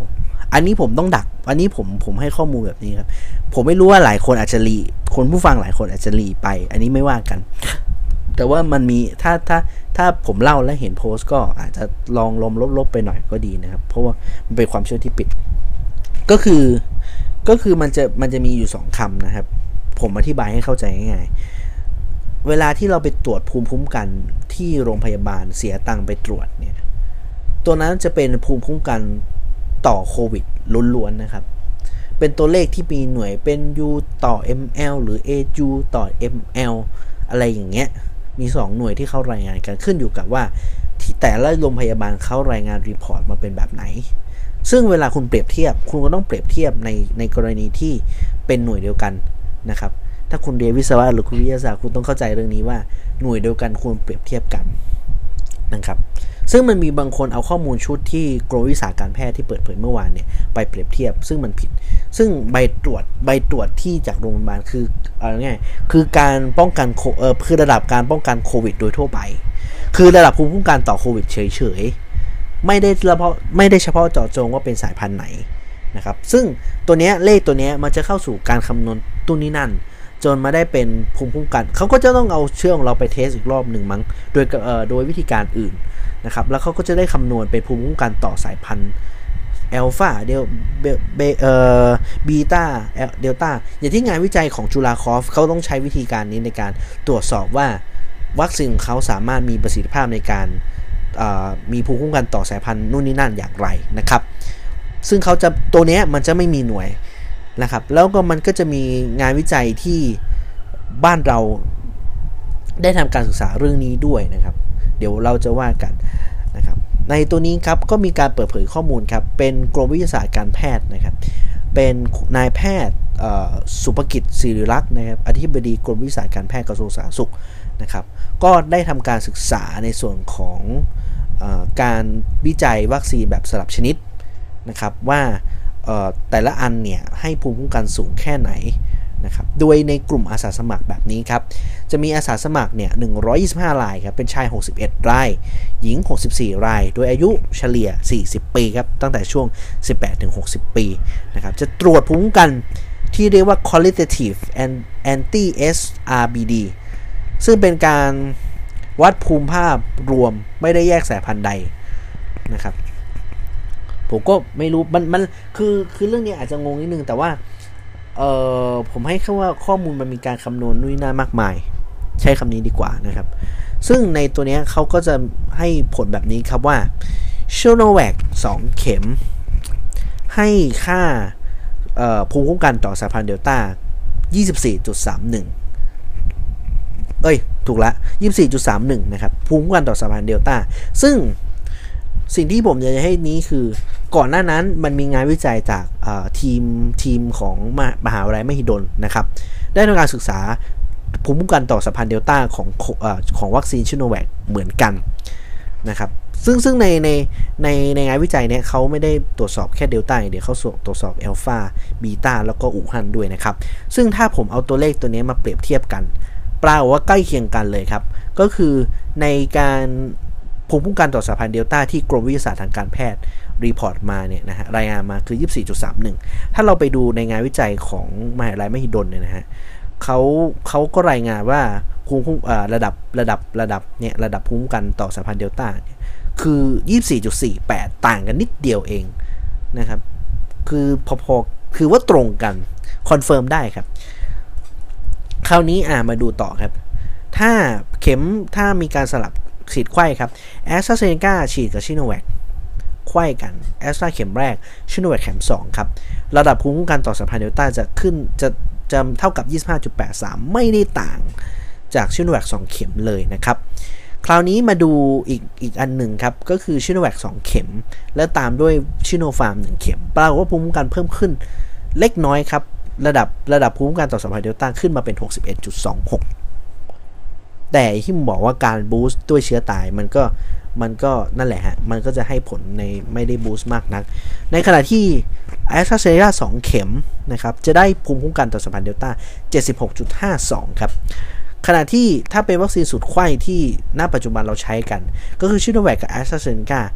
อันนี้ผมต้องดักอันนี้ผมผมให้ข้อมูลแบบนี้ครับผมไม่รู้ว่าหลายคนอาจจะรีคนผู้ฟังหลายคนอาจจะรีไปอันนี้ไม่ว่ากันแต่ว่ามันมีถ้าถ้าถ้าผมเล่าและเห็นโพสต์ก็อาจจะลองลมลบๆไปหน่อยก็ดีนะครับเพราะว่ามันเป็นความเชื่อที่ปิดก็คือก็คือมันจะมันจะมีอยู่สองคำนะครับผมอธิบายให้เข้าใจง่ายๆเวลาที่เราไปตรวจภูมิคุ้มกันที่โรงพยาบาลเสียตังค์ไปตรวจเนี่ยตัวนั้นจะเป็นภูมิคุ้มกันต่อโควิดล้วนๆนะครับเป็นตัวเลขที่มีหน่วยเป็น U ต่อ เอ็ม แอล หรือ เอ ยู ต่อ เอ็ม แอล อะไรอย่างเงี้ยมีสองหน่วยที่เขารายงานกันขึ้นอยู่กับว่าที่แต่ละโรงพยาบาลเขารายงานรีพอร์ตมาเป็นแบบไหนซึ่งเวลาคุณเปรียบเทียบคุณก็ต้องเปรียบเทียบในในกรณีที่เป็นหน่วยเดียวกันนะครับถ้าคุณเรียนวิศวะหรือคุณวิทยาศาสตร์คุณต้องเข้าใจเรื่องนี้ว่าหน่วยเดียวกันควรเปรียบเทียบกันนะครับซึ่งมันมีบางคนเอาข้อมูลชุดที่กรมวิชาการแพทย์ที่เปิดเผยเมื่อวานเนี่ยไปเปรียบเทียบซึ่งมันผิดซึ่งใบตรวจใบตรวจที่จากโรงพยาบาลคืออะไรง่ายคือการป้องกันเอ่อคือระดับการป้องกันโควิดโดยทั่วไปคือระดับภูมิคุ้มกันต่อโควิดเฉยๆไม่ได้เฉพาะไม่ได้เฉพาะเจาะจงว่าเป็นสายพันธุ์ไหนนะครับซึ่งตัวเนี้ยเลขตัวเนี้ยมันจะเข้าสู่การคำนวณตู้นี้นั่นจนมาได้เป็นภูมิคุ้มกันเขาก็จะต้องเอาเชื้อของเราไปเทสอีกรอบหนึ่งมั้งโดยเอ่อโดยวิธีการอื่นนะครับแล้วเขาก็จะได้คำนวณเป็นภูมิคุ้มกันต่อสายพันธุ์อัลฟาเดลเบเอ่อบีตาเดลต้าอย่างที่งานวิจัยของจุฬาคอฟเขาต้องใช้วิธีการนี้ในการตรวจสอบว่าวัคซีนของเขาสามารถมีประสิทธิภาพในการมีภูมิคุ้มกันต่อสายพันธุ์นู่นนี่นั่นอย่างไรนะครับซึ่งเขาจะตัวนี้มันจะไม่มีหน่วยนะครับแล้วก็มันก็จะมีงานวิจัยที่บ้านเราได้ทำการศึกษาเรื่องนี้ด้วยนะครับเดี๋ยวเราจะว่ากันนะครับในตัวนี้ครับก็มีการเปิดเผยข้อมูลครับเป็นกรมวิทยาศาสตร์การแพทย์นะครับเป็นนายแพทย์สุภกิจศิริลักษณ์นะครับอธิบดีกรมวิทยาศาสตร์การแพทย์กระทรวงสาธารณสุขนะครับก็ได้ทำการศึกษาในส่วนของเอ่อการวิจัยวัคซีนแบบสลับชนิดนะครับว่าแต่ละอันเนี่ยให้ภูมิคุ้มกันสูงแค่ไหนนะครับโดยในกลุ่มอาสาสมัครแบบนี้ครับจะมีอาสาสมัครเนี่ยหนึ่งร้อยยี่สิบห้ารายครับเป็นชายหกสิบเอ็ดรายหญิงหกสิบสี่รายโดยอายุเฉลี่ยสี่สิบปีครับตั้งแต่ช่วง สิบแปดถึงหกสิบ ปีนะครับจะตรวจภูมิคุ้มกันที่เรียกว่า qualitative anti เอส อาร์ บี ดี ซึ่งเป็นการวัดภูมิภาพรวมไม่ได้แยกสายพันธุ์ใดนะครับผมก็ไม่รู้มันมันคือคือเรื่องนี้อาจจะงงนิดนึงแต่ว่าเอ่อผมให้แค่ว่าข้อมูลมันมีการคำนวณนู่นนี่นั่นมากมายใช้คำนี้ดีกว่านะครับซึ่งในตัวนี้เขาก็จะให้ผลแบบนี้ครับว่าชิโนแวคสองเข็มให้ค่าเอ่อภูมิคุ้มกันต่อสายพันธุ์เดลต้า ยี่สิบสี่จุดสามหนึ่ง เอ้ยถูกละ ยี่สิบสี่จุดสามหนึ่ง นะครับภูมิคุ้มกันต่อสายพันธุ์เดลต้าซึ่งสิ่งที่ผมอยากจะให้นี้คือก่อนหน้านั้นมันมีงานวิจัยจากทีมทีมของมหาวิทยาลัยมหิดลนะครับได้ทำการศึกษาภูมิคุ้มกันต่อสายพันธุ์เดลต้าของเอ่อของวัคซีนชิโนแวคเหมือนกันนะครับซึ่งซึ่งในในในในงานวิจัยเนี่ยเขาไม่ได้ตรวจสอบแค่เดลต้าเดี๋ยวเขาตรวจสอบอัลฟาบีตาแล้วก็อู่ฮั่นด้วยนะครับซึ่งถ้าผมเอาตัวเลขตัวนี้มาเปรียบเทียบกันปรากฏว่าใกล้เคียงกันเลยครับก็คือในการภูมิคุ้มกันต่อสายพันธุ์เดลต้าที่กรมวิทยาศาสตร์ทางการแพทย์รีพอร์ตมาเนี่ยนะฮะรายงานมาคือ ยี่สิบสี่จุดสามหนึ่ง ถ้าเราไปดูในงานวิจัยของมหาวิทยาลัยมหิดลเนี่ยนะฮะเขาเขาก็รายงานว่าภูมิคุ้มระดับระดับระดับเนี่ยระดับภูมิคุ้มกันต่อสายพันธุ์เดลต้าเนี่ยคือ ยี่สิบสี่จุดสี่แปด ต่างกันนิดเดียวเองนะครับคือพอๆคือว่าตรงกันคอนเฟิร์มได้ครับคราวนี้อ่ามาดูต่อครับถ้าเข็มถ้ามีการสลับฉีดไข้ครับแอสตราเซเนกาฉีดกับชิโนแวคไข้กันแอสตราเข็มแรกชิโนแวคเข็มสองครับระดับภูมิคุ้มกันต่อสายพันธุ์เดลต้าจะขึ้นจะจะเท่ากับ ยี่สิบห้าจุดแปดสาม ไม่ได้ต่างจากชิโนแวคสองเข็มเลยนะครับคราวนี้มาดูอีกอีกอันหนึ่งครับก็คือชิโนแวคสองเข็มแล้วตามด้วยชิโนฟาร์มหนึ่งเข็มปรากฏว่าภูมิคุ้มกันเพิ่มขึ้นเล็กน้อยครับระดับระดับภูมิคุ้มกันต่อสายพันธุ์เดลต้าขึ้นมาเป็น หกสิบเอ็ดจุดสองหก แต่ที่ผมบอกว่าการบูสต์ด้วยเชื้อตายมันก็มันก็นั่นแหละฮะมันก็จะให้ผลในไม่ได้บูสต์มากนักในขณะที่แอสตราเซเนกาสองเข็มนะครับจะได้ภูมิคุ้มกันต่อสายพันธุ์เดลต้า เจ็ดสิบหกจุดห้าสอง ครับขณะที่ถ้าเป็นวัคซีนสูตรไข้ที่ณปัจจุบันเราใช้กันก็คือชิโนแวคกับแอสตราเซเนกา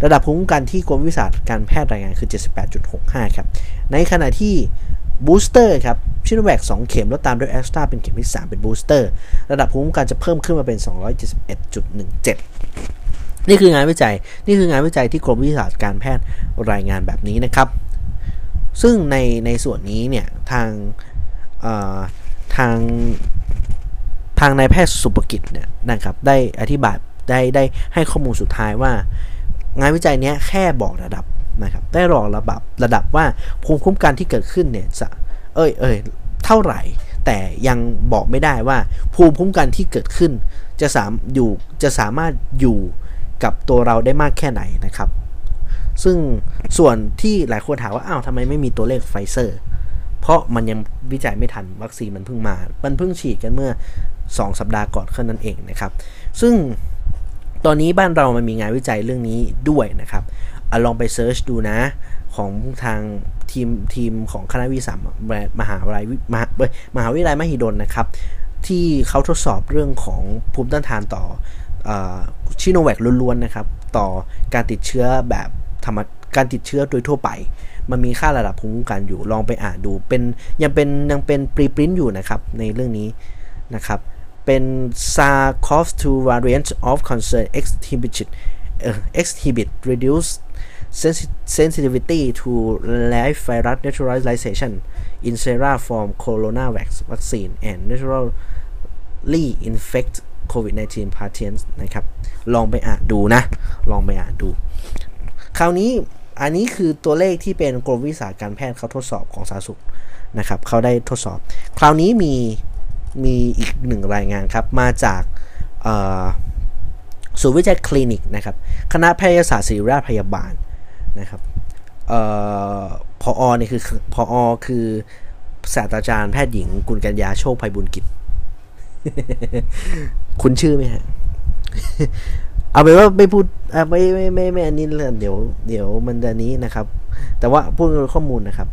ระดับภูมิคุ้มกันที่กรมวิทยาศาสตร์การแพทย์รายงานคือ เจ็ดสิบแปดจุดหกห้า ครับในขณะที่บูสเตอร์ครับชิโนแวคสองเข็มแล้วตามด้วยแอสตราเป็นเข็มที่สามเป็นบูสเตอร์ระดับภูมิคุ้มกันจะเพิ่มขึ้นมาเป็น สองร้อยเจ็ดสิบเอ็ดจุดหนึ่งเจ็ด นี่คืองานวิจัยนี่คืองานวิจัยที่กรมวิทยาศาสตร์การแพทย์รายงานแบบนี้นะครับซึ่งในในส่วนนี้เนี่ยทางทางทางนายแพทย์สุภกิจเนี่ยนะครับได้อธิบายได้ได้ให้ข้อมูลสุดท้ายว่างานวิจัยนี้แค่บอกระดับนะครับได้รองระดับระดับว่าภูมิคุ้มกันที่เกิดขึ้นเนี่ยจะเอ้ยเอ้ยเท่าไหร่แต่ยังบอกไม่ได้ว่าภูมิคุ้มกันที่เกิดขึ้นจะสามอยู่จะสามารถอยู่กับตัวเราได้มากแค่ไหนนะครับซึ่งส่วนที่หลายคนถามว่าอ้าวทำไมไม่มีตัวเลขไฟเซอร์เพราะมันยังวิจัยไม่ทันวัคซีนมันเพิ่งมามันเพิ่งฉีดกันเมื่อสองสัปดาห์ก่อนแค่นั้นเองนะครับซึ่งตอนนี้บ้านเรามันมีงานวิจัยเรื่องนี้ด้วยนะครับอลองไปเซิร์ชดูนะของทางทีมทีมของคณะวิทยาศาสตร์มหาวิทยาลัยมหามหาวิทยาลัยมหิดลนะครับที่เขาทดสอบเรื่องของภูมิต้านทานต่อชิโนแวคล้วนๆนะครับต่อการติดเชื้อแบบธรรมการติดเชื้อโดยทั่วไปมันมีค่าระดับภูมิคุ้มกันอยู่ลองไปอ่านดูเป็นยังเป็นยังเป็นปรีปริ้นอยู่นะครับในเรื่องนี้นะครับเป็น ซาร์โคฟ ทู variant of concern exhibit uh, exhibit reduced sensitivity to live virus neutralization in sera from coronavac vaccine and naturally infect โควิด สิบเก้า patients นะครับลองไปอ่านดูนะลองไปอ่านดูคราวนี้อันนี้คือตัวเลขที่เป็นกรมวิทยาศาสตร์การแพทย์เขาทดสอบของสาธารณสุขนะครับเขาได้ทดสอบคราวนี้มีมีอีกหนึ่งรายงานครับมาจากศูนย์วิจัยคลินิกนะครับคณะแพทยศาสตร์ศิริราชพยาบาลนะครับผอเนี่ยคือผอคือศาสตราจารย์แพทย์หญิงกุลกัญญาโชคไพบุญกิจ คุณชื่อไหมฮะ เอาไปว่าไม่พูดไม่ไม่ไม่ไม่อันนี้เลยเดี๋ยวเดี๋ยวมันจะนี้นะครับแต่ว่าพูดข้อมูลนะครับ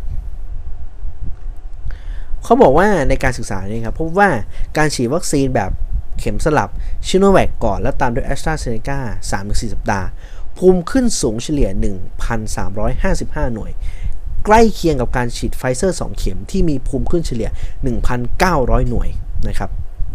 เขาบอกว่าในการศึกษานี่ครับพบว่าการฉีดวัคซีนแบบเข็มสลับชิโนแวคก่อนแล้วตามด้วยแอสตราเซเนกา สามถึงสี่ สัปดาห์ภูมิขึ้นสูงเฉลี่ย หนึ่งพันสามร้อยห้าสิบห้า หน่วยใกล้เคียงกับการฉีดไฟเซอร์สองเข็มที่มีภูมิขึ้นเฉลี่ย หนึ่งพันเก้าร้อย หน่วยนะครับ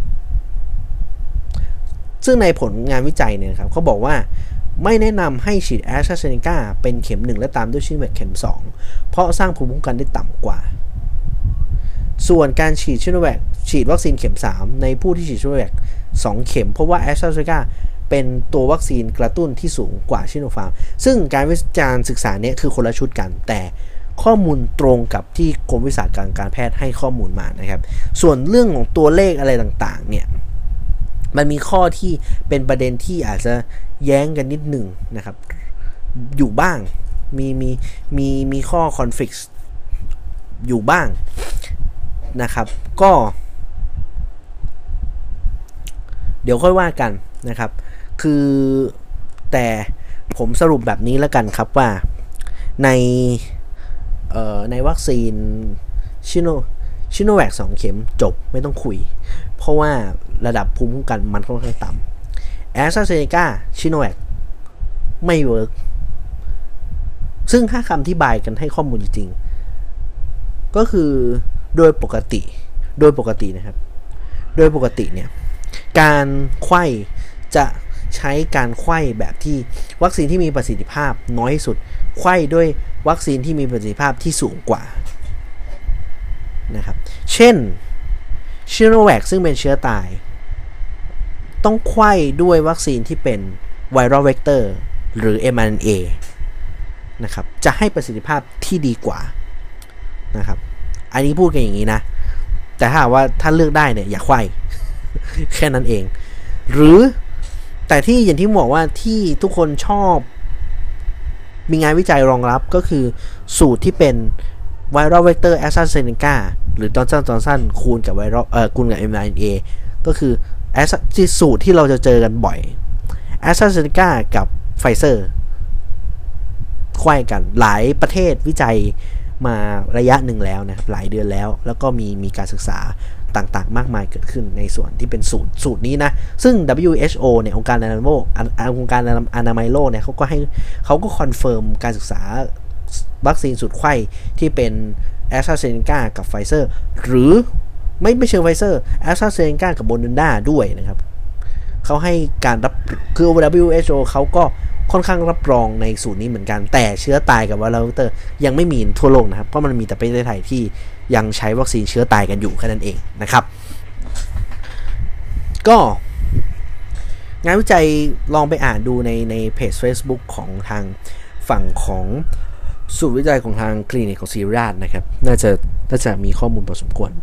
ซึ่งในผลงานวิจัยเนี่ยครับเขาบอกว่าไม่แนะนำให้ฉีดแอสตราเซเนกาเป็นเข็มหนึ่งและตามด้วยชิโนแวคเข็มสองเพราะสร้างภูมิคุ้มกันได้ต่ำกว่าส่วนการฉีดชิโนแวคฉีดวัคซีนเข็มสามในผู้ที่ฉีดชิโนแวคสองเข็มเพราะว่าแอสตราเซเนกาเป็นตัววัคซีนกระตุ้นที่สูงกว่าชิโนฟาร์มซึ่งการวิจัยศึกษาเนี้ยคือคนละชุดกันแต่ข้อมูลตรงกับที่กรมวิทยาศาสตร์การการแพทย์ให้ข้อมูลมานะครับส่วนเรื่องของตัวเลขอะไรต่างๆเนี่ยมันมีข้อที่เป็นประเด็นที่อาจจะแย้งกันนิดหนึ่งนะครับอยู่บ้างมีมีมีมีข้อคอนฟลิกต์อยู่บ้างนะครับก็เดี๋ยวค่อยว่ากันนะครับคือแต่ผมสรุปแบบนี้แล้วกันครับว่าในเอ่อในวัคซีนชิโนชิโนแวคสองเข็มจบไม่ต้องคุยเพราะว่าระดับภูมิคุ้มกันมันค่อนข้างต่ำแอสตราเซเนกาชิโนแวคไม่เวิร์กซึ่งถ้าคำอธิบายกันให้ข้อมูลจริงๆก็คือโดยปกติโดยปกตินะครับโดยปกติเนี่ยการไข้จะใช้การไข้แบบที่วัคซีนที่มีประสิทธิภาพน้อยที่สุดไข้ด้วยวัคซีนที่มีประสิทธิภาพที่สูงกว่านะครับเช่นชิโนแวคซึ่งเป็นเชื้อตายต้องไข้ด้วยวัคซีนที่เป็นไวรัลเวกเตอร์หรือ เอ็ม อาร์ เอ็น เอ นะครับจะให้ประสิทธิภาพที่ดีกว่านะครับอันนี้พูดกันอย่างนี้นะแต่ถ้าว่าถ้าเลือกได้เนี่ยอย่าไข้ แค่นั้นเองหรือแต่ที่อย่างที่บอกว่าที่ทุกคนชอบมีงานวิจัยรองรับก็คือสูตรที่เป็นไวรัลเวกเตอร์แอสตราเซเนกาหรือจอห์นสันจอห์นสันคูณกับไวรัลเอ่อคูณกับ เอ็ม อาร์ เอ็น เอ ก็คือแอสที่สูตรที่เราจะเจอกันบ่อยแอสตราเซเนกากับไฟเซอร์ไขว้กันหลายประเทศวิจัยมาระยะหนึ่งแล้วนะครับหลายเดือนแล้วแล้วก็มีมีการศึกษาต่างๆมากมายเกิดขึ้นในส่วนที่เป็นสูตรสูตรนี้นะซึ่ง ดับเบิลยู เอช โอ เนี่ยองค์การอนามัยโลกองค์การอนามัยโลกเนี่ยเขาก็ให้เขาก็คอนเฟิร์มการศึกษาวัคซีนสูตรไข้ที่เป็น AstraZeneca กับ Pfizer หรือไม่ไม่เชิง Pfizer AstraZeneca กับ Moderna ด้วยนะครับเขาให้การรับคือ ดับเบิลยู เอช โอ เขาก็ค่อนข้างรับรองในสูตรนี้เหมือนกันแต่เชื้อตายกับไวรัสเตอร์ยังไม่มีทั่วโลกนะครับเพราะมันมีแต่ประเทศไทยที่ยังใช้วัคซีนเชื้อตายกันอยู่แค่นั้นเองนะครับก็งานวิจัยลองไปอ่านดูในในเพจ Facebook ของทางฝั่งของศูนย์วิจัยของทางคลินิกของศิริราชนะครับน่าจะน่าจะมีข้อมูลพอสมควร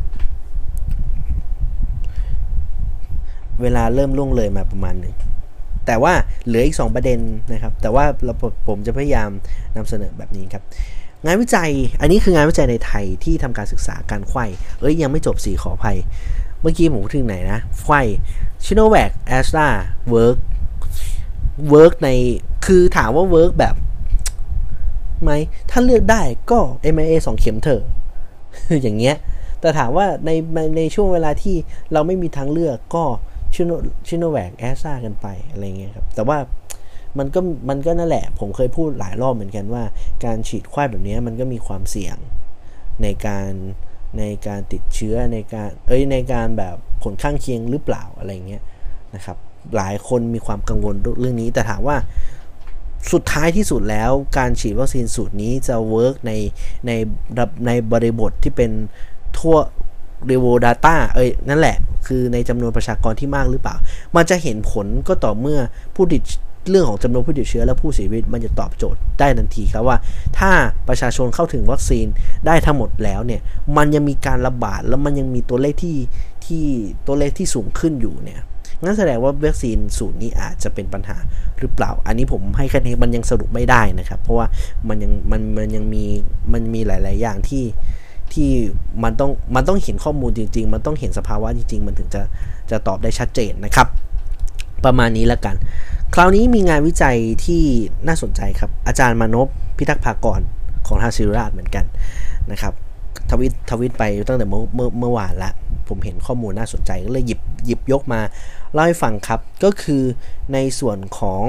เวลาเริ่มล่วงเลยมาประมาณหนึ่งแต่ว่าเหลืออีกสองประเด็นนะครับแต่ว่าเราผมจะพยายามนำเสนอแบบนี้ครับงานวิจัยอันนี้คืองานวิจัยในไทยที่ทำการศึกษาการไข้เอ้ยยังไม่จบสี่ขออภัยเมื่อกี้ผมพูดถึงไหนนะไข้ชิโนแวคแอสตราเวิร์กเวิร์กในคือถามว่าเวิร์กแบบไหมถ้าเลือกได้ก็ เอ็ม ไอ เอ สองเข็มเถอะ อย่างเงี้ยแต่ถามว่าในในช่วงเวลาที่เราไม่มีทางเลือกก็ชิโนชิโนแวคแอสตรากันไปอะไรเงี้ยครับแต่ว่ามันก็มันก็นั่นแหละผมเคยพูดหลายรอบเหมือนกันว่าการฉีดไข้แบบนี้มันก็มีความเสี่ยงในการในการติดเชื้อในการเอ้ยในการแบบผลข้างเคียงหรือเปล่าอะไรเงี้ยนะครับหลายคนมีความกังวลเรื่องนี้แต่ถามว่าสุดท้ายที่สุดแล้วการฉีดวัคซีนสูตรนี้จะเวิร์กในในในบริบทที่เป็นทั่วเรโวดาต้าเอ้ยนั่นแหละคือในจำนวนประชากรที่มากหรือเปล่ามันจะเห็นผลก็ต่อเมื่อผู้ติดเรื่องของจำนวนผู้ติดเชื้อและผู้เสียชีวิตมันจะตอบโจทย์ได้ทันทีครับว่าถ้าประชาชนเข้าถึงวัคซีนได้ทั้งหมดแล้วเนี่ยมันยังมีการระบาดแล้วมันยังมีตัวเลขที่ที่ตัวเลขที่สูงขึ้นอยู่เนี่ยนั่นแสดงว่าวัคซีนสูตรนี้อาจจะเป็นปัญหาหรือเปล่าอันนี้ผมให้แค่นี้มันยังสรุปไม่ได้นะครับเพราะว่ามันยังมันมันยังมีมันมีหลายๆอย่างที่ที่มันต้องมันต้องเห็นข้อมูลจริงๆมันต้องเห็นสภาวะจริงๆมันถึงจะจะตอบได้ชัดเจนนะครับประมาณนี้แล้วกันคราวนี้มีงานวิจัยที่น่าสนใจครับอาจารย์มานพพิทักษ์ภากรของทางศิริราชเหมือนกันนะครับทวิตทวิตไปตั้งแต่เมื่อเมื่อเมื่อวานละผมเห็นข้อมูลน่าสนใจก็เลยหยิบหยิบยกมาเล่าให้ฟังครับก็คือในส่วนของ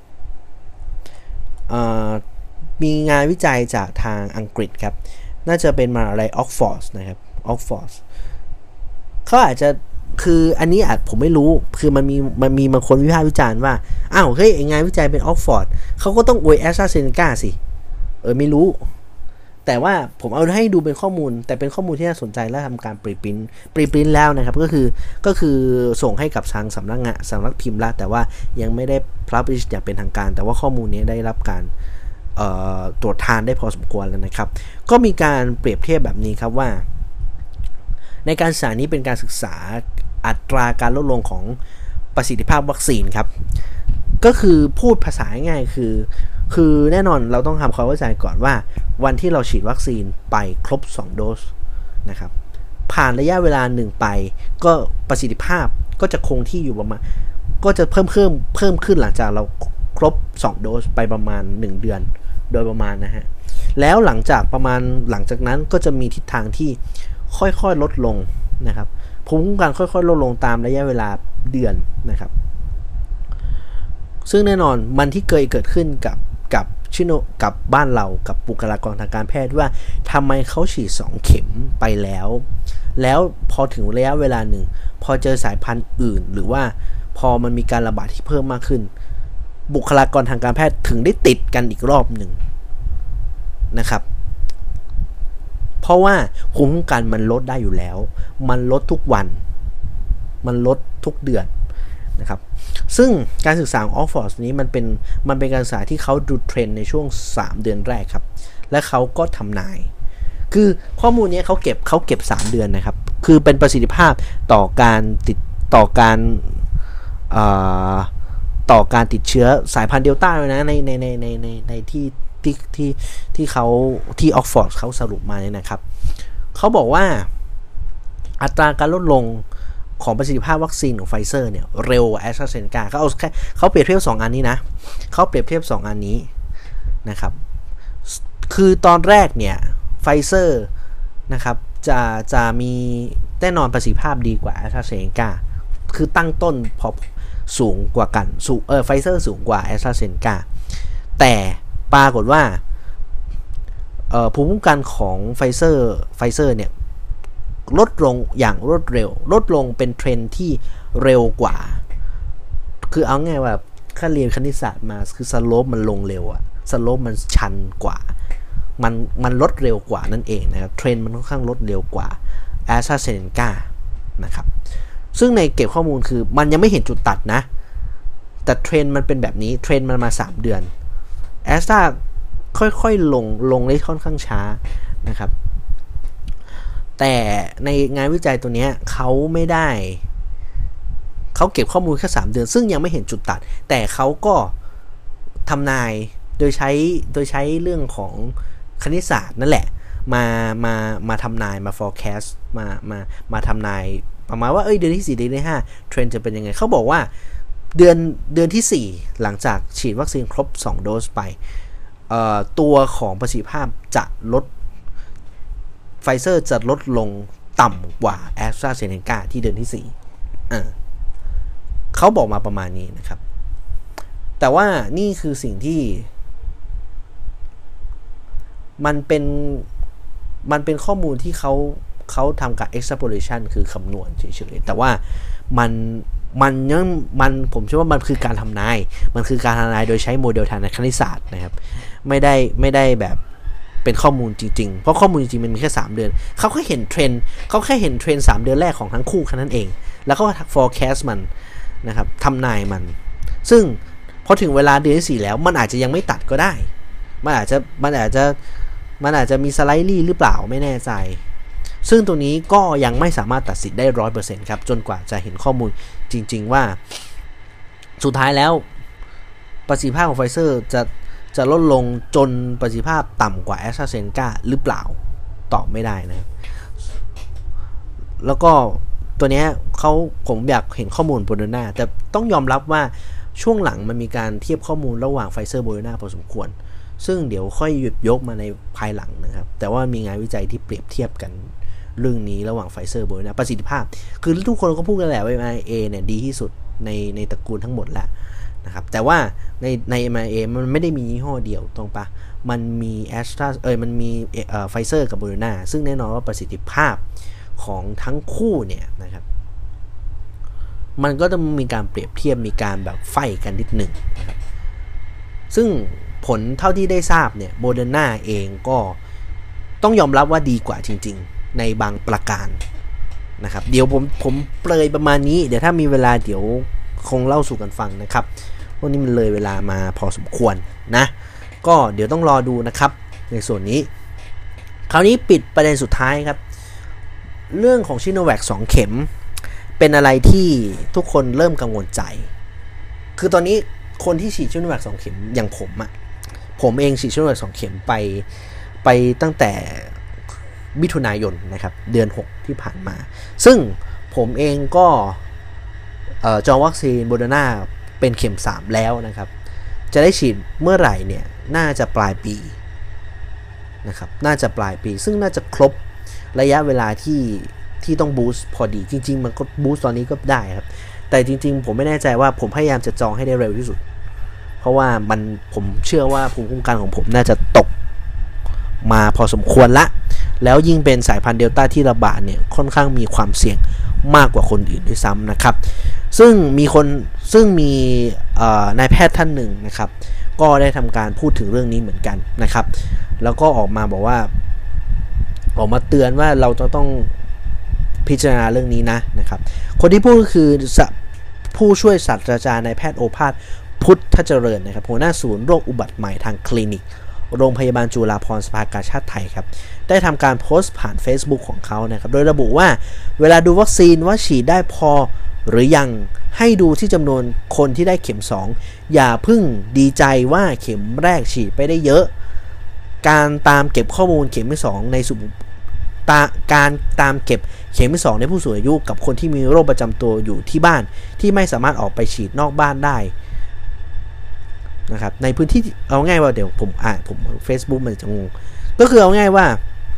เอ่อมีงานวิจัยจากทางอังกฤษครับน่าจะเป็นมหาวิทยาลัยออกฟอร์ดนะครับออกฟอร์ดเขาอาจจะคืออันนี้อาจผมไม่รู้คือมันมีมันมีบางคนวิพากษ์วิจารณ์ว่าอ้าวเฮ้ยงานวิจัยเป็นออกฟอร์ดเขาก็ต้องอวยแอสตราเซเนกาสิเออไม่รู้แต่ว่าผมเอาให้ดูเป็นข้อมูลแต่เป็นข้อมูลที่น่าสนใจและทำการปริปริ้นปริปริ้นแล้วนะครับก็คือก็คือส่งให้กับทางสำนักงานสำนักพิมพ์แล้วแต่ว่ายังไม่ได้พับลิชอย่างเป็นทางการแต่ว่าข้อมูลนี้ได้รับการตรวจทานได้พอสมควรแล้วนะครับก็มีการเปรียบเทียบแบบนี้ครับว่าในการศึกษานี้เป็นการศึกษาอัตราการลดลงของประสิทธิภาพวัคซีนครับก็คือพูดภาษาง่ายๆคือคือแน่นอนเราต้องทำความเข้าใจก่อนว่าวันที่เราฉีดวัคซีนไปครบสองโดสนะครับผ่านระยะเวลาหนึ่งไปก็ประสิทธิภาพก็จะคงที่อยู่ประมาณก็จะเพิ่มเพิ่มเพิ่มขึ้นหลังจากเราครบสองโดสไปประมาณหนึ่งเดือนโดยประมาณนะฮะแล้วหลังจากประมาณหลังจากนั้นก็จะมีทิศทางที่ค่อยๆลดลงนะครับภูมิคุ้มกันค่อยๆลดลงตามระยะเวลาเดือนนะครับซึ่งแน่นอนมันที่เคยเกิดขึ้นกับกับชิโนกับบ้านเรากับบุคลากรทางการแพทย์ว่าทำไมเขาฉีดสองเข็มไปแล้วแล้วพอถึงระยะเวลาหนึ่งพอเจอสายพันธุ์อื่นหรือว่าพอมันมีการระบาดที่เพิ่มมากขึ้นบุคลากรทางการแพทย์ถึงได้ติดกันอีกรอบหนึ่งนะครับเพราะว่าภูมิคุ้มกันมันลดได้อยู่แล้วมันลดทุกวันมันลดทุกเดือนนะครับซึ่งการศึกษาของออกฟอร์ดนี้มันเป็นมันเป็นการศึกษาที่เขาดูเทรนด์ในช่วงสามเดือนแรกครับและเขาก็ทำนายคือข้อมูลนี้เขาเก็บเขาเก็บสามเดือนนะครับคือเป็นประสิทธิภาพต่อการติดต่อการเอ่อต่อการติดเชื้อสายพันธุ์เดลต้าเลยนะในในในในในในที่ที่ที่ที่เขาที่ออกฟอร์ดเขาสรุปมาเนี่ยนะครับเขาบอกว่าอัตราการลดลงของประสิทธิภาพวัคซีนของไฟเซอร์เนี่ยเร็วกว่าแอสตราเซเนกาเขาเอาแค่เขาเปรียบเทียบสองอันนี้นะเขาเปรียบเทียบสองอันนี้นะครับคือตอนแรกเนี่ยไฟเซอร์นะครับจะจะมีแน่นอนประสิทธิภาพดีกว่า AstraZeneca คือตั้งต้นพอสูงกว่ากันสูงเออไฟเซอร์สูงกว่า AstraZeneca แต่ปรากฏว่าเอ่อภูมิคุ้มกันของไฟเซอร์ไฟเซอร์เนี่ยลดลงอย่างรวดเร็วลดลงเป็นเทรนที่เร็วกว่าคือเอาง่ายว่าถ้าเรียนคณิตศาสตร์มาคือสโลปมันลงเร็วอะสโลปมันชันกว่ามันมันลดเร็วกว่านั่นเองนะครับเทรนมันค่อนข้างลดเร็วกว่า AstraZeneca นะครับซึ่งในเก็บข้อมูลคือมันยังไม่เห็นจุดตัดนะแต่เทรนมันเป็นแบบนี้เทรนมันมาสามเดือน Astra ค่อยๆลงลงได้ค่อนข้างช้านะครับแต่ในงานวิจัยตัวนี้เขาไม่ได้เขาเก็บข้อมูลแค่สามเดือนซึ่งยังไม่เห็นจุดตัดแต่เขาก็ทำนายโดยใช้โดยใช้เรื่องของคณิตศาสตร์นั่นแหละมามามาทำนายมา forecast มามามาทำนายประมาณว่าเอ้ยเดือนที่สี่เดือนที่ห้าเทรนด์จะเป็นยังไงเขาบอกว่าเดือนเดือนที่สี่หลังจากฉีดวัคซีนครบสองโดสไปเอ่อตัวของประสิทธิภาพจะลดไฟเซอร์จะลดลงต่ำกว่า AstraZeneca ที่เดือนที่สี่อ่าเขาบอกมาประมาณนี้นะครับแต่ว่านี่คือสิ่งที่มันเป็นมันเป็นข้อมูลที่เขาเขาทำกับ extrapolation คือคำนวณเฉยๆแต่ว่ามันมันยังมันผมเชื่อว่ามันคือการทำนายมันคือการทำนายโดยใช้โมเดลทางคณิตศาสตร์นะครับไม่ได้ไม่ได้แบบเป็นข้อมูลจริงๆเพราะข้อมูลจริงๆมันมีแค่สามเดือนเขาแค่เห็นเทรนด์เขาแค่เห็นเทรนด์สามเดือนแรกของทั้งคู่แค่นั้นเองแล้วก็ forecast มันนะครับทำนายมันซึ่งพอถึงเวลาเดือนที่สี่แล้วมันอาจจะยังไม่ตัดก็ได้มันอาจจะมันอาจจะมันอาจจะมีสไลด์ลี่หรือเปล่าไม่แน่ใจซึ่งตัวนี้ก็ยังไม่สามารถตัดสินได้ ร้อยเปอร์เซ็นต์ ครับจนกว่าจะเห็นข้อมูลจริงๆว่าสุดท้ายแล้วประสิทธิภาพของไฟเซอร์จะจะลดลงจนประสิทธิภาพต่ำกว่า AstraZeneca หรือเปล่าตอบไม่ได้นะแล้วก็ตัวนี้เขาผมอยากเห็นข้อมูลโมเดอร์นาแต่ต้องยอมรับว่าช่วงหลังมันมีการเทียบข้อมูลระหว่างไฟเซอร์โมเดอร์นาพอสมควรซึ่งเดี๋ยวค่อยหยุดยกมาในภายหลังนะครับแต่ว่ามีงานวิจัยที่เปรียบเทียบกันเรื่องนี้ระหว่างไฟเซอร์โมเดอร์นาประสิทธิภาพคือทุกคนก็พูดกันแหละว่า เอ็ม อาร์ เอ เนี่ยดีที่สุดในในตระกูลทั้งหมดแล้วนะครับแต่ว่าในใน เอ็ม อาร์ เอ มันไม่ได้มียี่ห้อเดียวตรงปะมันมีแอสตราเอ่ยมันมีเอ่อไฟเซอร์กับโมเดอร์นาซึ่งแน่นอนว่าประสิทธิภาพของทั้งคู่เนี่ยนะครับมันก็ต้องมีการเปรียบเทียบมีการแบบไฟกันนิดหนึ่งนะครับซึ่งผลเท่าที่ได้ทราบเนี่ยโมเดอร์นาเองก็ต้องยอมรับว่าดีกว่าจริงๆในบางประการนะครับเดี๋ยวผมผมเปรยประมาณนี้เดี๋ยวถ้ามีเวลาเดี๋ยวคงเล่าสู่กันฟังนะครับวันนี้มันเลยเวลามาพอสมควรนะก็เดี๋ยวต้องรอดูนะครับในส่วนนี้คราวนี้ปิดประเด็นสุดท้ายครับเรื่องของชิโนแวคสองเข็มเป็นอะไรที่ทุกคนเริ่มกังวลใจคือตอนนี้คนที่ฉีดชิโนแวคสองเข็มอย่างผมอะผมเองฉีดชิโนแวคสองเข็มไปไปตั้งแต่มิถุนายนนะครับเดือนหกที่ผ่านมาซึ่งผมเองก็จองวัคซีนโมเดอร์นาเป็นเข็มสามแล้วนะครับจะได้ฉีดเมื่อไหร่เนี่ยน่าจะปลายปีนะครับน่าจะปลายปีซึ่งน่าจะครบระยะเวลาที่ที่ต้องบูสต์พอดีจริงๆมันก็บูสต์ตอนนี้ก็ได้ครับแต่จริงๆผมไม่แน่ใจว่าผมพยายามจะจองให้ได้เร็วที่สุดเพราะว่ามันผมเชื่อว่าภูมิคุ้มกันของผมน่าจะตกมาพอสมควรละแล้วยิ่งเป็นสายพันธุ์เดลต้าที่ระบาดเนี่ยค่อนข้างมีความเสี่ยงมากกว่าคนอื่นด้วยซ้ำนะครับซึ่งมีคนซึ่งมีนายแพทย์ท่านหนึ่งนะครับก็ได้ทำการพูดถึงเรื่องนี้เหมือนกันนะครับแล้วก็ออกมาบอกว่าออกมาเตือนว่าเราจะต้องพิจารณาเรื่องนี้นะนะครับคนที่พูดก็คือผู้ช่วยศาสตราจารย์นายแพทย์โอภาสพุทธเจริญนะครับหัวหน้าศูนย์โรคอุบัติใหม่ทางคลินิกโรงพยาบาลจุฬาภรณ์สภากาชาดไทยครับได้ทำการโพสต์ผ่าน Facebook ของเขานะครับโดยระบุว่าเวลาดูวัคซีนว่าฉีดได้พอหรือยังให้ดูที่จำนวนคนที่ได้เข็มสองอย่าพึ่งดีใจว่าเข็มแรกฉีดไปได้เยอะการตามเก็บข้อมูลเข็มที่สองในสุตาการตามเก็บเข็มที่สองในผู้สูงอายุกับคนที่มีโรคประจำตัวอยู่ที่บ้านที่ไม่สามารถออกไปฉีดนอกบ้านได้นะครับในพื้นที่เอาง่ายว่าเดี๋ยวผมอ่านผม Facebook มันจะงงก็คือเอาง่ายว่า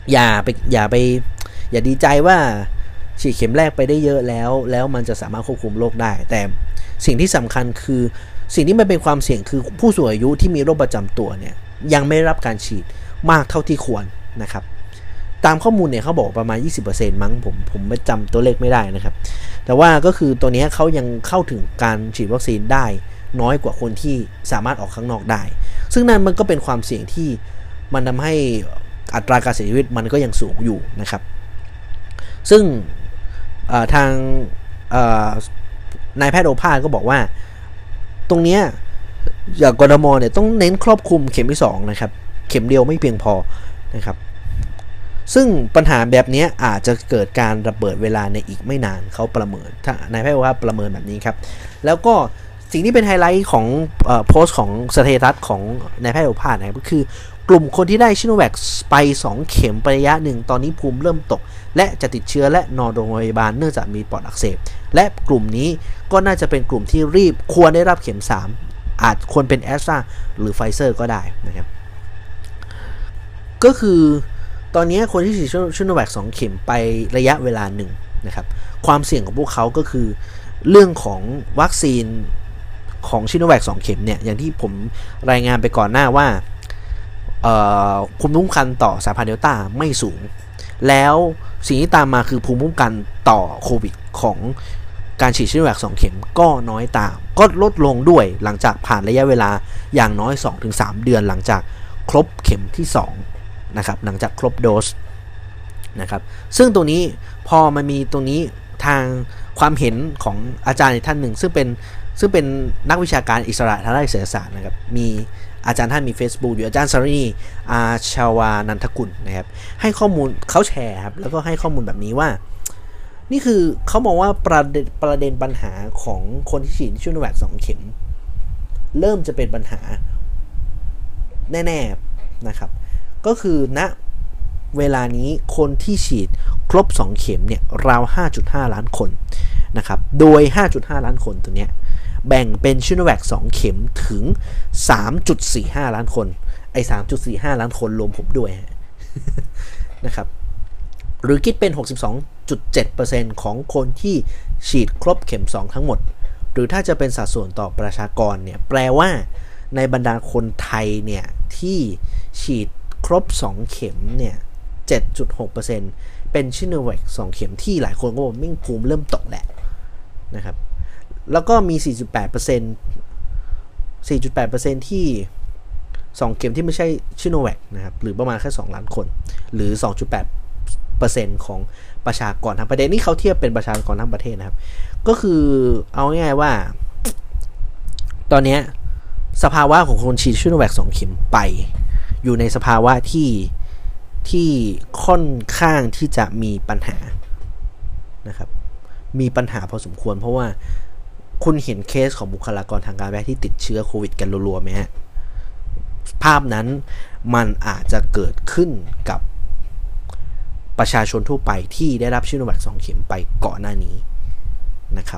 อย่าไปอย่าไปอย่าดีใจว่าฉีดเข็มแรกไปได้เยอะแล้วแล้วมันจะสามารถควบคุมโรคได้แต่สิ่งที่สำคัญคือสิ่งที่มันเป็นความเสี่ยงคือผู้สูงอายุที่มีโรคประจำตัวเนี่ยยังไม่รับการฉีดมากเท่าที่ควรนะครับตามข้อมูลเนี่ยเขาบอกประมาณ ยี่สิบเปอร์เซ็นต์ มั้งผมผมไม่จำตัวเลขไม่ได้นะครับแต่ว่าก็คือตัวนี้เขายังเข้าถึงการฉีดวัคซีนได้น้อยกว่าคนที่สามารถออกข้างนอกได้ซึ่งนั่นมันก็เป็นความเสี่ยงที่มันทำให้อัตราการเสียชีวิตมันก็ยังสูงอยู่นะครับซึ่งทางนายแพทย์โอภาสก็บอกว่าตรงนี้อย่างกทมเนี่ยต้องเน้นครอบคลุมเข็มที่สองนะครับเข็มเดียวไม่เพียงพอนะครับซึ่งปัญหาแบบนี้อาจจะเกิดการระเบิดเวลาในอีกไม่นานเขาประเมินถ้านายแพทย์ว่าประเมินแบบนี้ครับแล้วก็สิ่งที่เป็นไฮไลท์ของโพสต์ของสเตตัสของนายแพทย์โอภาสนะครับก็คือกลุ่มคนที่ได้ชิโนแวคไปสองเข็มไประยะหนึ่งตอนนี้ภูมิเริ่มตกและจะติดเชื้อและนอนโรงพยาบาลเนื่องจากมีปอดอักเสบและกลุ่มนี้ก็น่าจะเป็นกลุ่มที่รีบควรได้รับเข็มสามอาจควรเป็นแอสตราหรือไฟเซอร์ก็ได้นะครับก็คือตอนนี้คนที่ฉีดชิโนแวคสองเข็มไประยะเวลาหนึ่งนะครับความเสี่ยงของพวกเขาก็คือเรื่องของวัคซีนของชิโนแวคสองเข็มเนี่ยอย่างที่ผมรายงานไปก่อนหน้าว่าภูมิคุ้มกันต่อสายพันธุ์เดลต้าไม่สูงแล้วสิ่งที่ตามมาคือภูมิคุ้มกันต่อโควิดของการฉีดชิโนแวคสองเข็มก็น้อยตามก็ลดลงด้วยหลังจากผ่านระยะเวลาอย่างน้อย สองถึงสาม เดือนหลังจากครบเข็มที่สองนะครับหลังจากครบโดสนะครับซึ่งตรงนี้พอมันมีตรงนี้ทางความเห็นของอาจารย์ท่านหนึ่งซึ่งเป็นซึ่งเป็นนักวิชาการอิสระทางด้านเศรษฐศาสตร์นะครับมีอาจารย์ท่านมี Facebook อยู่อาจารย์สารณีอาชาวานันทกุลนะครับให้ข้อมูลเขาแชร์ครับแล้วก็ให้ข้อมูลแบบนี้ว่านี่คือเขามองว่าประเด็นประเด็นปัญหาของคนที่ฉีดชิโนแวคสองเข็มเริ่มจะเป็นปัญหาแน่ๆนะครับก็คือณเวลานี้คนที่ฉีดครบสองเข็มเนี่ยราว ห้าจุดห้า ล้านคนนะครับโดย ห้าจุดห้า ล้านคนตัวเนี้ยแบ่งเป็นชิโนแวคสองเข็มถึง สามจุดสี่ห้า ล้านคนไอ้ สามจุดสี่ห้า ล้านคนรวมผมด้วย นะครับหรือคิดเป็น หกสิบสองจุดเจ็ดเปอร์เซ็นต์ ของคนที่ฉีดครบเข็มสองทั้งหมดหรือถ้าจะเป็นสัดส่วนต่อประชากรเนี่ยแปลว่าในบรรดาคนไทยเนี่ยที่ฉีดครบสองเข็มเนี่ย เจ็ดจุดหกเปอร์เซ็นต์ เป็นชิโนแวคสองเข็มที่หลายคนก็บอกมิ่งภูมิเริ่มตกแหละนะครับแล้วก็มี สี่จุดแปดเปอร์เซ็นต์ สี่จุดแปดเปอร์เซ็นต์ ที่สองเข็มที่ไม่ใช่ชิโนแวคนะครับหรือประมาณแค่สองล้านคนหรือ สองจุดแปดเปอร์เซ็นต์ ของประชากรทั้งประเทศนี่เขาเทียบเป็นประชากรทั้งประเทศนะครับก็คือเอาง่ายๆว่าตอนนี้สภาวะของคนฉีดชิโนแวคสองเข็มไปอยู่ในสภาวะที่ที่ค่อนข้างที่จะมีปัญหานะครับมีปัญหาพอสมควรเพราะว่าคุณเห็นเคสของบุคลากรทางการแพทย์ที่ติดเชื้อโควิดกันรัวๆไหมฮะภาพนั้นมันอาจจะเกิดขึ้นกับประชาชนทั่วไปที่ได้รับชิโนแวคสองเข็มไปก่อนหน้านี้นะครับ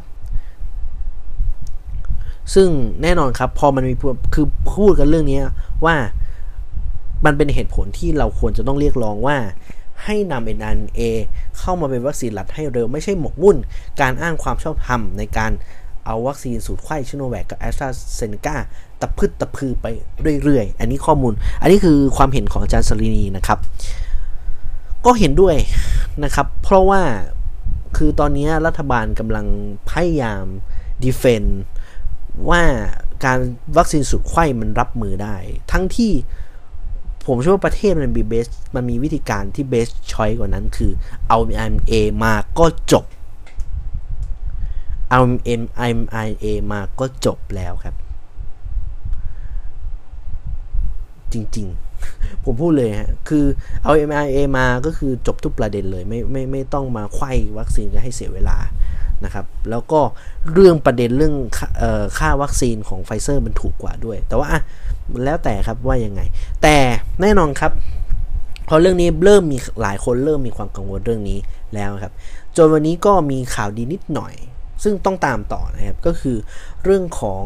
ซึ่งแน่นอนครับพอมันมีคือพูดกันเรื่องนี้ว่ามันเป็นเหตุผลที่เราควรจะต้องเรียกร้องว่าให้นำ เอ็น อาร์ เอ็น เอ เข้ามาเป็นวัคซีนหลักให้เร็วไม่ใช่หมกมุ่นการอ้างความชอบธรรมในการเอาวัคซีนสูตรไข้ชิโนแวคกับแอสตราเซเนกาตะพึดตะพือไปเรื่อยๆอันนี้ข้อมูลอันนี้คือความเห็นของอาจารย์สรินีนะครับก็เห็นด้วยนะครับเพราะว่าคือตอนนี้รัฐบาลกำลังพยายามดีเฟนด์ว่าการวัคซีนสูตรไข้มันรับมือได้ทั้งที่ผมเชื่อว่าประเทศมันมีเบสมันมีวิธีการที่เบสชอยกว่านั้นคือเอา เอ็ม อาร์ เอ็น เอ มาก็จบเอา เอ็ม อาร์ เอ็น เอ มาก็จบแล้วครับจริงๆผมพูดเลยฮะคือเอา เอ็ม อาร์ เอ็น เอ มาก็คือจบทุกประเด็นเลยไม่ไม่ไม่ต้องมาไขว้วัคซีนกันให้เสียเวลานะครับแล้วก็เรื่องประเด็นเรื่องเอ่อค่าวัคซีนของไฟเซอร์มันถูกกว่าด้วยแต่ว่าอ่ะแล้วแต่ครับว่ายังไงแต่แน่นอนครับพอเรื่องนี้เริ่มมีหลายคนเริ่มมีความกังวลเรื่องนี้แล้วครับจนวันนี้ก็มีข่าวดีนิดหน่อยซึ่งต้องตามต่อนะครับก็คือเรื่องของ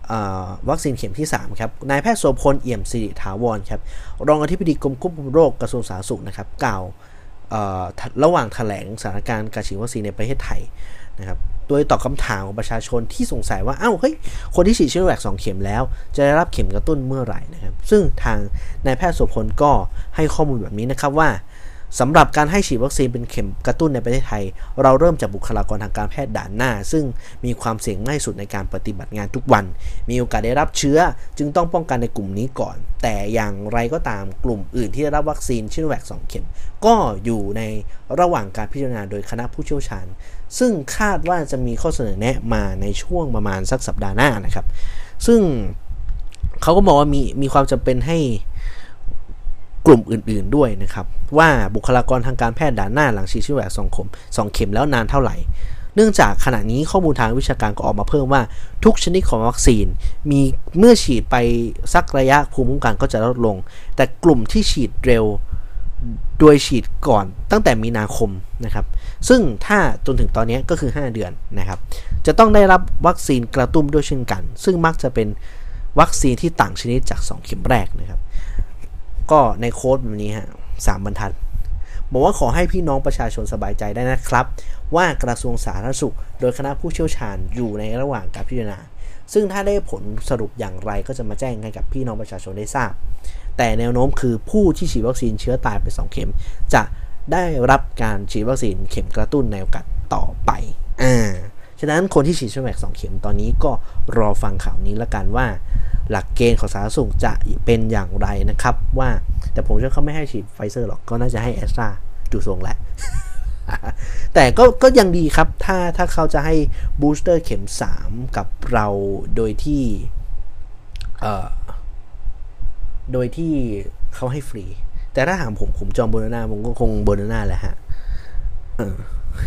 วัคซีนเข็มที่สามครับนายแพทย์โสพลเอี่ยมสิริถาวรครับรองอธิบดีกรมควบคุมโรคกระทรวงสาธารณสุขนะครับกล่าวระหว่างแถลงสถานการณ์การฉีดวัคซีนในประเทศไทยนะครับโดยตอบคำถามของประชาชนที่สงสัยว่าอ้าวเฮ้ยคนที่ฉีดซิโนแวคสองเข็มแล้วจะได้รับเข็มกระตุ้นเมื่อไหร่นะครับซึ่งทางนายแพทย์โสพลก็ให้ข้อมูลแบบนี้นะครับว่าสำหรับการให้ฉีดวัคซีนเป็นเข็มกระตุ้นในประเทศไทยเราเริ่มจากบุคลากรทางการแพทย์ด่านหน้าซึ่งมีความเสี่ยงมากที่สุดในการปฏิบัติงานทุกวันมีโอกาสได้รับเชื้อจึงต้องป้องกันในกลุ่มนี้ก่อนแต่อย่างไรก็ตามกลุ่มอื่นที่ได้รับวัคซีนซิโนแวคสองเข็มก็อยู่ในระหว่างการพิจารณาโดยคณะผู้เชี่ยวชาญซึ่งคาดว่าจะมีข้อเสนอแนะมาในช่วงประมาณสักสัปดาห์หน้านะครับซึ่งเขาก็บอกว่ามีมีความจำเป็นให้กลุ่มอื่นๆด้วยนะครับว่าบุคลากรทางการแพทย์ด่านหน้าหลังฉีดซิโนแวคสองเข็มสองเข็มแล้วนานเท่าไหร่เนื่องจากขณะนี้ข้อมูลทางวิชาการก็ออกมาเพิ่มว่าทุกชนิดของวัคซีนมีเมื่อฉีดไปสักระยะภูมิคุ้มกันก็จะลดลงแต่กลุ่มที่ฉีดเร็วโดยฉีดก่อนตั้งแต่มีนาคมนะครับซึ่งถ้าจนถึงตอนนี้ก็คือห้าเดือนนะครับจะต้องได้รับวัคซีนกระตุ้นด้วยเช่นกันซึ่งมักจะเป็นวัคซีนที่ต่างชนิดจากสองเข็มแรกนะครับก็ในโค้ดแบบนี้ฮะสามบรรทัดบอกว่าขอให้พี่น้องประชาชนสบายใจได้นะครับว่ากระทรวงสาธารณสุขโดยคณะผู้เชี่ยวชาญอยู่ในระหว่างการพิจารณาซึ่งถ้าได้ผลสรุปอย่างไรก็จะมาแจ้งให้กับพี่น้องประชาชนได้ทราบแต่แนวโน้มคือผู้ที่ฉีดวัคซีนเชื้อตายไปสองเข็มจะได้รับการฉีดวัคซีนเข็มกระตุ้นในโอกาสต่อไปอ่าฉะนั้นคนที่ฉีดซิโนแวคสองเข็มตอนนี้ก็รอฟังข่าวนี้ละกันว่าหลักเกณฑ์ของสาธารณสุขจะเป็นอย่างไรนะครับว่าแต่ผมเชื่อเขาไม่ให้ฉีดไฟเซอร์หรอกก็น่าจะให้แอสตราดูทรงแหละ แต่ก็ก็ยังดีครับถ้าถ้าเขาจะให้บูสเตอร์เข็มสามกับเราโดยที่เอ่อโดยที่เขาให้ฟรีแต่ถ้าถามผมผมจองโบนาน่าผมก็คงโบนาน่าแหละฮะเออ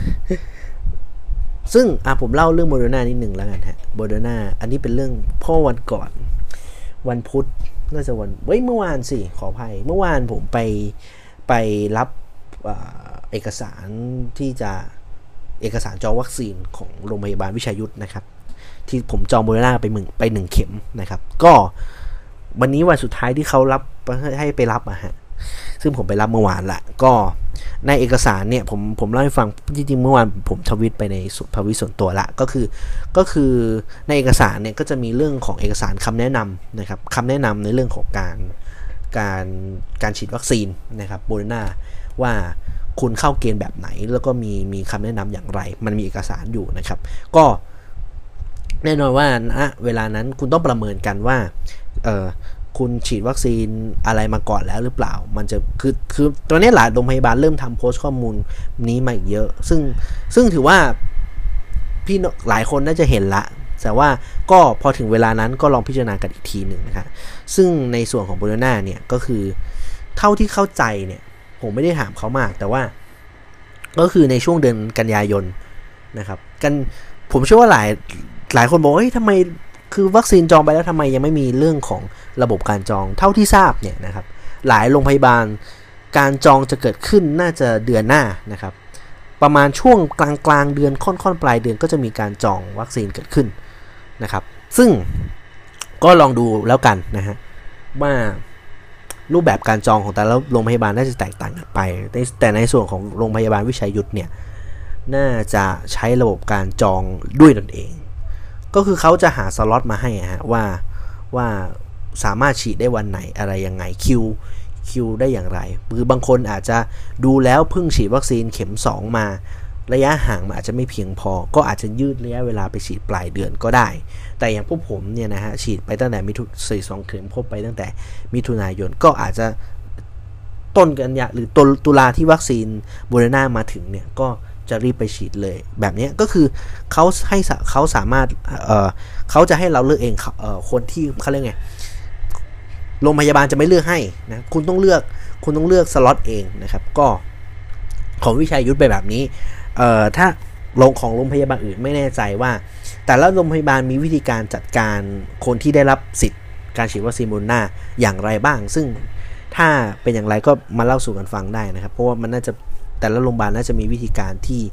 ซึ่งอ่ะผมเล่าเรื่องโบนาน่านิดหนึ่งแล้วกันฮะโบนาน่าอันนี้เป็นเรื่องพ่อวันก่อนวันพุธน่าจะวันเว้ยเมื่อวานสิขออภัยเมื่อวานผมไปไปรับเอกสารที่จะเอกสารจองวัคซีนของโรงพยาบาลวิชัยยุทธนะครับที่ผมจองโบนาน่าไปหนึ่งไปหนึ่งเข็มนะครับก็วันนี้วันสุดท้ายที่เขารับให้ไปรับอะฮะซึ่งผมไปรับเมื่อวานละก็ในเอกสารเนี่ยผมผมเล่าให้ฟังจริงๆเมื่อวานผมทวิตไปในสุภาวิส่วนตัวละก็คือก็คือในเอกสารเนี่ยก็จะมีเรื่องของเอกสารคำแนะนำนะครับคำแนะนำในเรื่องของการการการฉีดวัคซีนนะครับโบนาน่าว่าคุณเข้าเกณฑ์แบบไหนแล้วก็มีมีคำแนะนำอย่างไรมันมีเอกสารอยู่นะครับก็แน่นอนว่าณเวลานั้นคุณต้องประเมินกันว่าเออคุณฉีดวัคซีนอะไรมาก่อนแล้วหรือเปล่ามันจะคือคือตอนนี้หลายโรงพยาบาลเริ่มทำโพสต์ข้อมูลนี้มาอีกเยอะซึ่งซึ่งถือว่าพี่หลายคนน่าจะเห็นละแต่ว่าก็พอถึงเวลานั้นก็ลองพิจารณากันอีกทีหนึ่งนะครับซึ่งในส่วนของโบนาน่าเนี่ยก็คือเท่าที่เข้าใจเนี่ยผมไม่ได้ถามเขามากแต่ว่าก็คือในช่วงเดือนกันยายนนะครับกันผมเชื่อว่าหลายหลายคนบอกเฮ้ยทำไมคือวัคซีนจองไปแล้วทำไมยังไม่มีเรื่องของระบบการจองเท่าที่ทราบเนี่ยนะครับหลายโรงพยาบาลการจองจะเกิดขึ้นน่าจะเดือนหน้านะครับประมาณช่วงกลางกลางเดือนค่อนๆปลายเดือนก็จะมีการจองวัคซีนเกิดขึ้นนะครับซึ่งก็ลองดูแล้วกันนะฮะว่ารูปแบบการจองของแต่ละโรงพยาบาลน่าจะแตกต่างกันไปแต่ในส่วนของโรงพยาบาลวิชัยยุทธเนี่ยน่าจะใช้ระบบการจองด้วยตนเองก็คือเขาจะหาสล็อตมาให้ฮะว่าว่าสามารถฉีดได้วันไหนอะไรยังไงคิวคิวได้อย่างไรคือบางคนอาจจะดูแล้วเพิ่งฉีดวัคซีนเข็มสองมาระยะห่างมันอาจจะไม่เพียงพอก็อาจจะยืดระยะเวลาไปฉีดปลายเดือนก็ได้แต่อย่างพวกผมเนี่ยนะฮะฉีดไปตั้งแต่มิถุนายนสองเข็มครบไปตั้งแต่มิถุนายนก็อาจจะต้นกันยาหรือตุตุลาที่วัคซีนโบนาน่ามาถึงเนี่ยก็จะรีบไปฉีดเลยแบบนี้ก็คือเขาให้เขาสามารถเอ่อเขาจะให้เราเลือกเองเอ่อคนที่เขาเรียกไงโรงพยาบาลจะไม่เลือกให้นะคุณต้องเลือกคุณต้องเลือกสล็อตเองนะครับก็ของวิชัยยุทธไปแบบนี้เอ่อถ้าโรงของโรงพยาบาลอื่นไม่แน่ใจว่าแต่ละโรงพยาบาลมีวิธีการจัดการคนที่ได้รับสิทธิ์การฉีดวัคซีนโบนาน่าอย่างไรบ้างซึ่งถ้าเป็นอย่างไรก็มาเล่าสู่กันฟังได้นะครับเพราะว่ามันน่าจะแต่ละโรงพยาบาลน่าจะมีวิธีการที่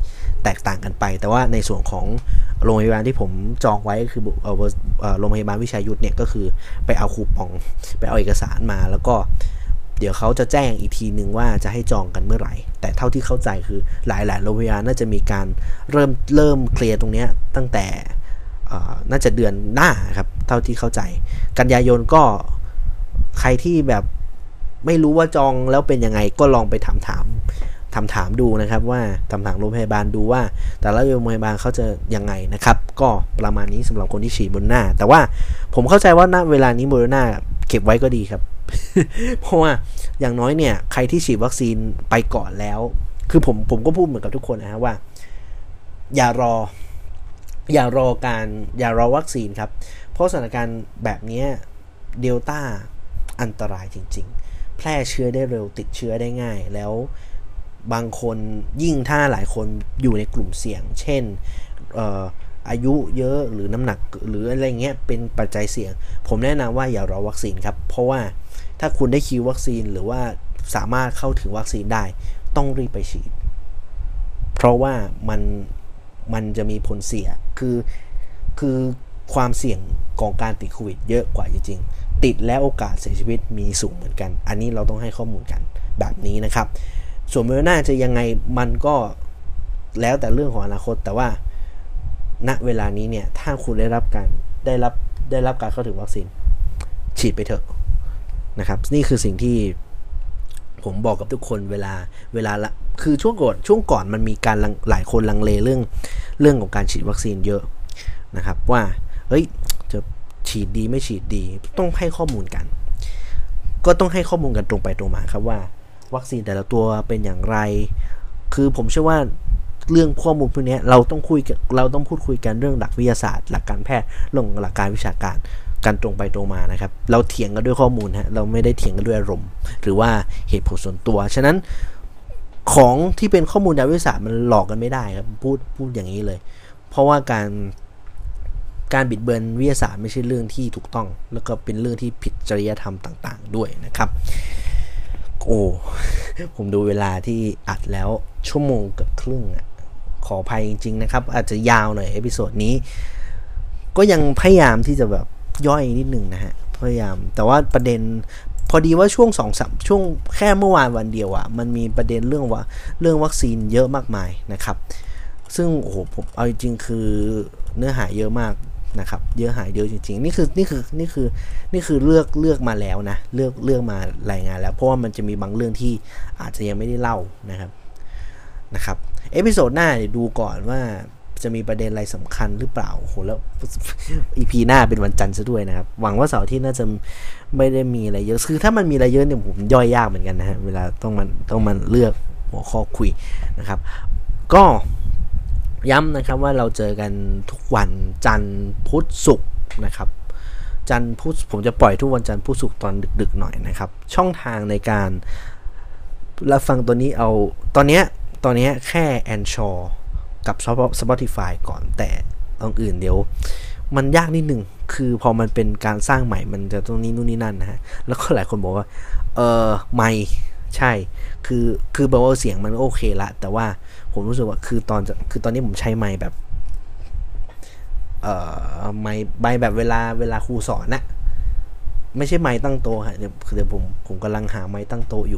แตกต่างกันไปแต่ว่าในส่วนของโรงพยาบาลที่ผมจองไว้ก็คือเอ่อโรงพยาบาลวิชัยยุทธเนี่ยก็คือไปเอาคูปองไปเอาเอกสารมาแล้วก็เดี๋ยวเขาจะแจ้งอีกทีนึงว่าจะให้จองกันเมื่อไหร่แต่เท่าที่เข้าใจคือหลายๆโรงพยาบาลน่าจะมีการเริ่มเริ่มเคลียร์ตรงนี้ตั้งแต่น่าจะเดือนหน้าครับเท่าที่เข้าใจกันยายนก็ใครที่แบบไม่รู้ว่าจองแล้วเป็นยังไงก็ลองไปถามถามถามถามดูนะครับว่าถามถามโรงพยาบาลดูว่าแต่ละโรงพยาบาลเขาจะยังไงนะครับก็ประมาณนี้สำหรับคนที่ฉีดโมเดอร์นาแต่ว่าผมเข้าใจว่าณเวลานี้โมเดอร์นาเก็บไว้ก็ดีครับ เพราะว่าอย่างน้อยเนี่ยใครที่ฉีดวัคซีนไปก่อนแล้วคือผมผมก็พูดเหมือนกับทุกคนนะฮะว่าอย่ารออย่ารอการอย่ารอวัคซีนครับเพราะสถานการณ์แบบนี้เดลต้าอันตรายจริงๆแพร่เชื้อได้เร็วติดเชื้อได้ง่ายแล้วบางคนยิ่งถ้าหลายคนอยู่ในกลุ่มเสี่ยงเช่นเอ่ออายุเยอะหรือน้ำหนักหรืออะไรเงี้ยเป็นปัจจัยเสี่ยงผมแนะนำว่าอย่ารอวัคซีนครับเพราะว่าถ้าคุณได้คิววัคซีนหรือว่าสามารถเข้าถึงวัคซีนได้ต้องรีบไปฉีดเพราะว่ามันมันจะมีผลเสียคือคือความเสี่ยงของการติดโควิดเยอะกว่าจริงๆติดแล้วโอกาสเสียชีวิตมีสูงเหมือนกันอันนี้เราต้องให้ข้อมูลกันแบบนี้นะครับส่วนโมเดอร์นาจะยังไงมันก็แล้วแต่เรื่องของอนาคตแต่ว่าณเวลานี้เนี่ยถ้าคุณได้รับการได้รับได้รับการเข้าถึงวัคซีนฉีดไปเถอะนะครับนี่คือสิ่งที่ผมบอกกับทุกคนเวลาเวลาละคือช่วงก่อนช่วงก่อนมันมีการหลายคนลังเลเรื่องเรื่องของการฉีดวัคซีนเยอะนะครับว่าเฮ้ยจะฉีดดีไม่ฉีดดีต้องให้ข้อมูลกันก็ต้องให้ข้อมูลกันตรงไปตรงมาครับว่าวัคซีนแต่ละตัวเป็นอย่างไรคือผมเชื่อว่าเรื่องข้อมูลพวกนี้เราต้องคุยเราต้องพูดคุยกันเรื่องหลักวิทยาศาสตร์หลักการแพทย์เรื่องหลักการวิชาการกันตรงไปตรงมานะครับเราเถียงกันด้วยข้อมูลฮะเราไม่ได้เถียงกันด้วยอารมณ์หรือว่าเหตุผลส่วนตัวฉะนั้นของที่เป็นข้อมูลทางวิทยาศาสตร์มันหลอกกันไม่ได้ครับพูดพูดอย่างนี้เลยเพราะว่าการการบิดเบือนวิทยาศาสตร์ไม่ใช่เรื่องที่ถูกต้องแล้วก็เป็นเรื่องที่ผิดจริยธรรมต่างๆด้วยนะครับโอ้ผมดูเวลาที่อัดแล้วชั่วโมงเกือบครึ่งอ่ะขออภัยจริงๆนะครับอาจจะยาวหน่อยเอพิโซดนี้ก็ยังพยายามที่จะแบบย่อยนิดนึงนะฮะพยายามแต่ว่าประเด็นพอดีว่าช่วง สองถึงสาม ช่วงแค่เมื่อวานวันเดียวอ่ะมันมีประเด็นเรื่องว่าเรื่องวัคซีนเยอะมากมายนะครับซึ่งโอ้โหผมเอาจริงๆคือเนื้อหาเยอะมากนะครับเยอะหายเยอะจริงๆนี่คือนี่คือนี่คือนี่คือเลือกเลือกมาแล้วนะเลือกเลือกมารายงานแล้วเพราะว่ามันจะมีบางเรื่องที่อาจจะยังไม่ได้เล่านะครับนะครับเอพิโซดหน้าดูก่อนว่าจะมีประเด็นอะไรสำคัญหรือเปล่าโหแล้ว อี พี หน้าเป็นวันจันทร์ซะด้วยนะครับหวังว่าเสาร์ที่น่าจะไม่ได้มีอะไรเยอะคือถ้ามันมีอะไรเยอะเนี่ยผมย่อยยากเหมือนกันนะฮะเวลาต้องมันต้องมันเลือกหัวข้อคุยนะครับก็ย้ำนะครับว่าเราเจอกันทุกวันจันทร์พุธศุกร์นะครับจันทร์พุธผมจะปล่อยทุกวันจันทร์พุธศุกร์ตอนดึกๆหน่อยนะครับช่องทางในการรับฟังตัวนี้เอาตอนนี้ตอนนี้แค่ Anchor กับ Spotify ก่อนแต่ตรงอื่นเดี๋ยวมันยากนิดนึงคือพอมันเป็นการสร้างใหม่มันจะตรงนี้นู่นนี่นั่นนะฮะแล้วก็หลายคนบอกว่าเออไม่ใช่คือคือบอกว่าเสียงมันโอเคละแต่ว่าผมรู้สึกว่าคือตอนจะคือตอนนี้ผมใช้ไมค์แบบเอ่อไมค์ไมค์แบบเวลาเวลาครูสอนนะไม่ใช่ไมค์ตั้งโต๊ะฮะเดี๋ยวเดี๋ยวผมผมกำลังหาไมค์ตั้งโต๊ะอยู่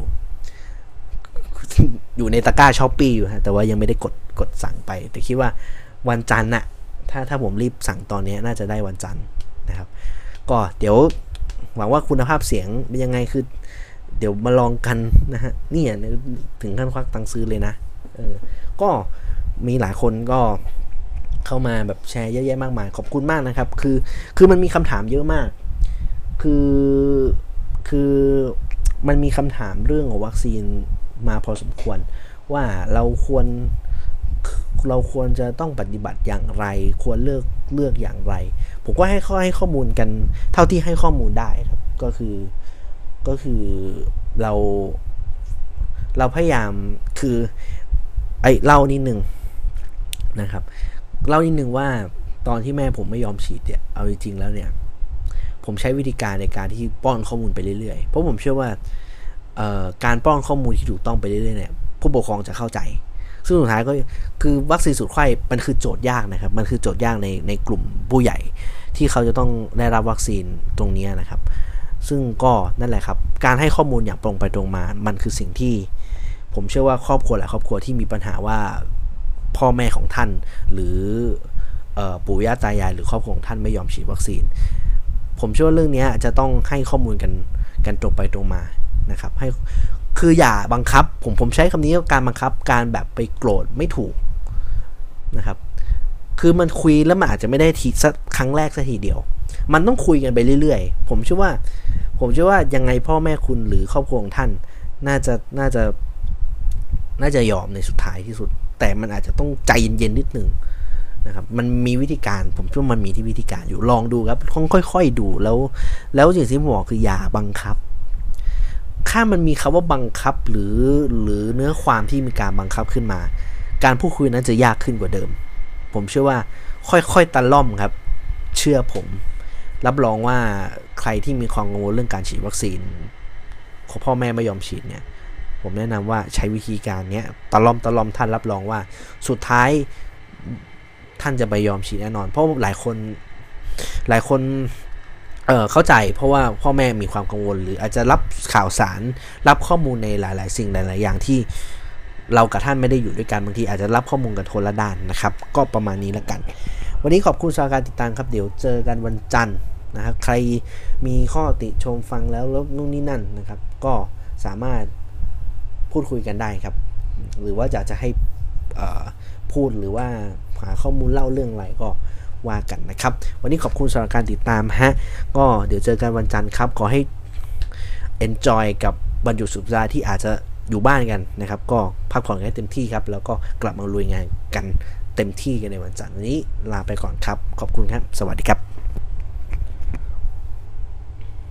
อยู่ในตะกร้า Shopee อยู่ฮะแต่ว่ายังไม่ได้กดกดสั่งไปแต่คิดว่าวันจันทร์น่ะถ้าถ้าผมรีบสั่งตอนนี้น่าจะได้วันจันทร์นะครับก็เดี๋ยวหวังว่าคุณภาพเสียงเป็นยังไงคือเดี๋ยวมาลองกันนะฮะนี่ถึงขั้นควักตังค์ซื้อเลยนะเออก็มีหลายคนก็เข้ามาแบบแชร์เยอะแยะมากมายขอบคุณมากนะครับคือคือมันมีคำถามเยอะมากคือคือมันมีคำถามเรื่องของวัคซีนมาพอสมควรว่าเราควรเราควรจะต้องปฏิบัติอย่างไรควรเลือกเลือกอย่างไรผมก็ให้ข้อให้ข้อมูลกันเท่าที่ให้ข้อมูลได้ครับก็คือก็คือเราเราพยายามคือไอ้เล่านิดนึงนะครับเล่านิดนึงว่าตอนที่แม่ผมไม่ยอมฉีดเนี่ยเอาจริงๆแล้วเนี่ยผมใช้วิธีการในการที่ป้อนข้อมูลไปเรื่อยๆเพราะผมเชื่อว่าการป้อนข้อมูลที่ถูกต้องไปเรื่อยๆเนี่ยผู้ปกครองจะเข้าใจซึ่งสุดท้ายก็คือวัคซีนสูตรไข้มันคือโจทย์ยากนะครับมันคือโจทย์ยากในในกลุ่มผู้ใหญ่ที่เขาจะต้องได้รับวัคซีนตรงนี้นะครับซึ่งก็นั่นแหละครับการให้ข้อมูลอย่างตรงไปตรงมามันคือสิ่งที่ผมเชื่อว่าครอบครัวหลายครอบครัวที่มีปัญหาว่าพ่อแม่ของท่านหรือปู่ย่าตายายหรือครอบครัวของท่านไม่ยอมฉีดวัคซีนผมเชื่อว่าเรื่องนี้จะต้องให้ข้อมูลกันกันตรงไปตรงมานะครับให้คืออย่าบังคับผมผมใช้คำนี้ว่าการบังคับการแบบไปโกรธไม่ถูกนะครับคือมันคุยแล้วมันอาจจะไม่ได้ทีสักครั้งแรกสักทีเดียวมันต้องคุยกันไปเรื่อยๆผมเชื่อว่าผมเชื่อว่ายังไงพ่อแม่คุณหรือครอบครัวของท่านน่าจะน่าจะน่าจะยอมในสุดท้ายที่สุดแต่มันอาจจะต้องใจเย็นๆนิดนึงนะครับมันมีวิธีการผมเชื่อมันมีที่วิธีการอยู่ลองดูครับค่อยๆดูแล้วแล้วสิ่งที่ผมบอกคืออย่าบังคับถ้ามันมีคำว่าบังคับหรือหรือเนื้อความที่มีการบังคับขึ้นมาการพูดคุยนั้นจะยากขึ้นกว่าเดิมผมเชื่อว่าค่อยๆตะล่อมครับเชื่อผมรับรองว่าใครที่มีความกังวลเรื่องการฉีดวัคซีนของพ่อแม่ไม่ยอมฉีดเนี่ยผมแนะนำว่าใช้วิธีการนี้ตะล่อมตะล่อมท่านรับรองว่าสุดท้ายท่านจะไปยอมฉีดแน่นอนเพราะหลายคนหลายคนเอ่อเข้าใจเพราะว่าพ่อแม่มีความกังวลหรืออาจจะรับข่าวสารรับข้อมูลในหลายๆสิ่งหลายๆอย่างที่เรากับท่านไม่ได้อยู่ด้วยกันบางทีอาจจะรับข้อมูลกันคนละด้านนะครับก็ประมาณนี้แล้วกันวันนี้ขอบคุณสำหรับการติดตามครับเดี๋ยวเจอกันวันจันทร์นะครับใครมีข้อติชมฟังแล้วแล้วนู่นนี่นั่นนะครับก็สามารถพูดคุยกันได้ครับหรือว่าอยากจะให้พูดหรือว่าหาข้อมูลเล่าเรื่องอะไรก็ว่ากันนะครับวันนี้ขอบคุณสำหรับการติดตามฮะก็เดี๋ยวเจอกันวันจันทร์ครับขอให้ enjoy กับวันหยุดสุดสัปดาห์ที่อาจจะอยู่บ้านกันนะครับก็พักผ่อนให้เต็มที่ครับแล้วก็กลับมาลุยงานกันเต็มที่กันในวันจันทร์วันนี้ลาไปก่อนครับขอบคุณครับสวัสดีครับ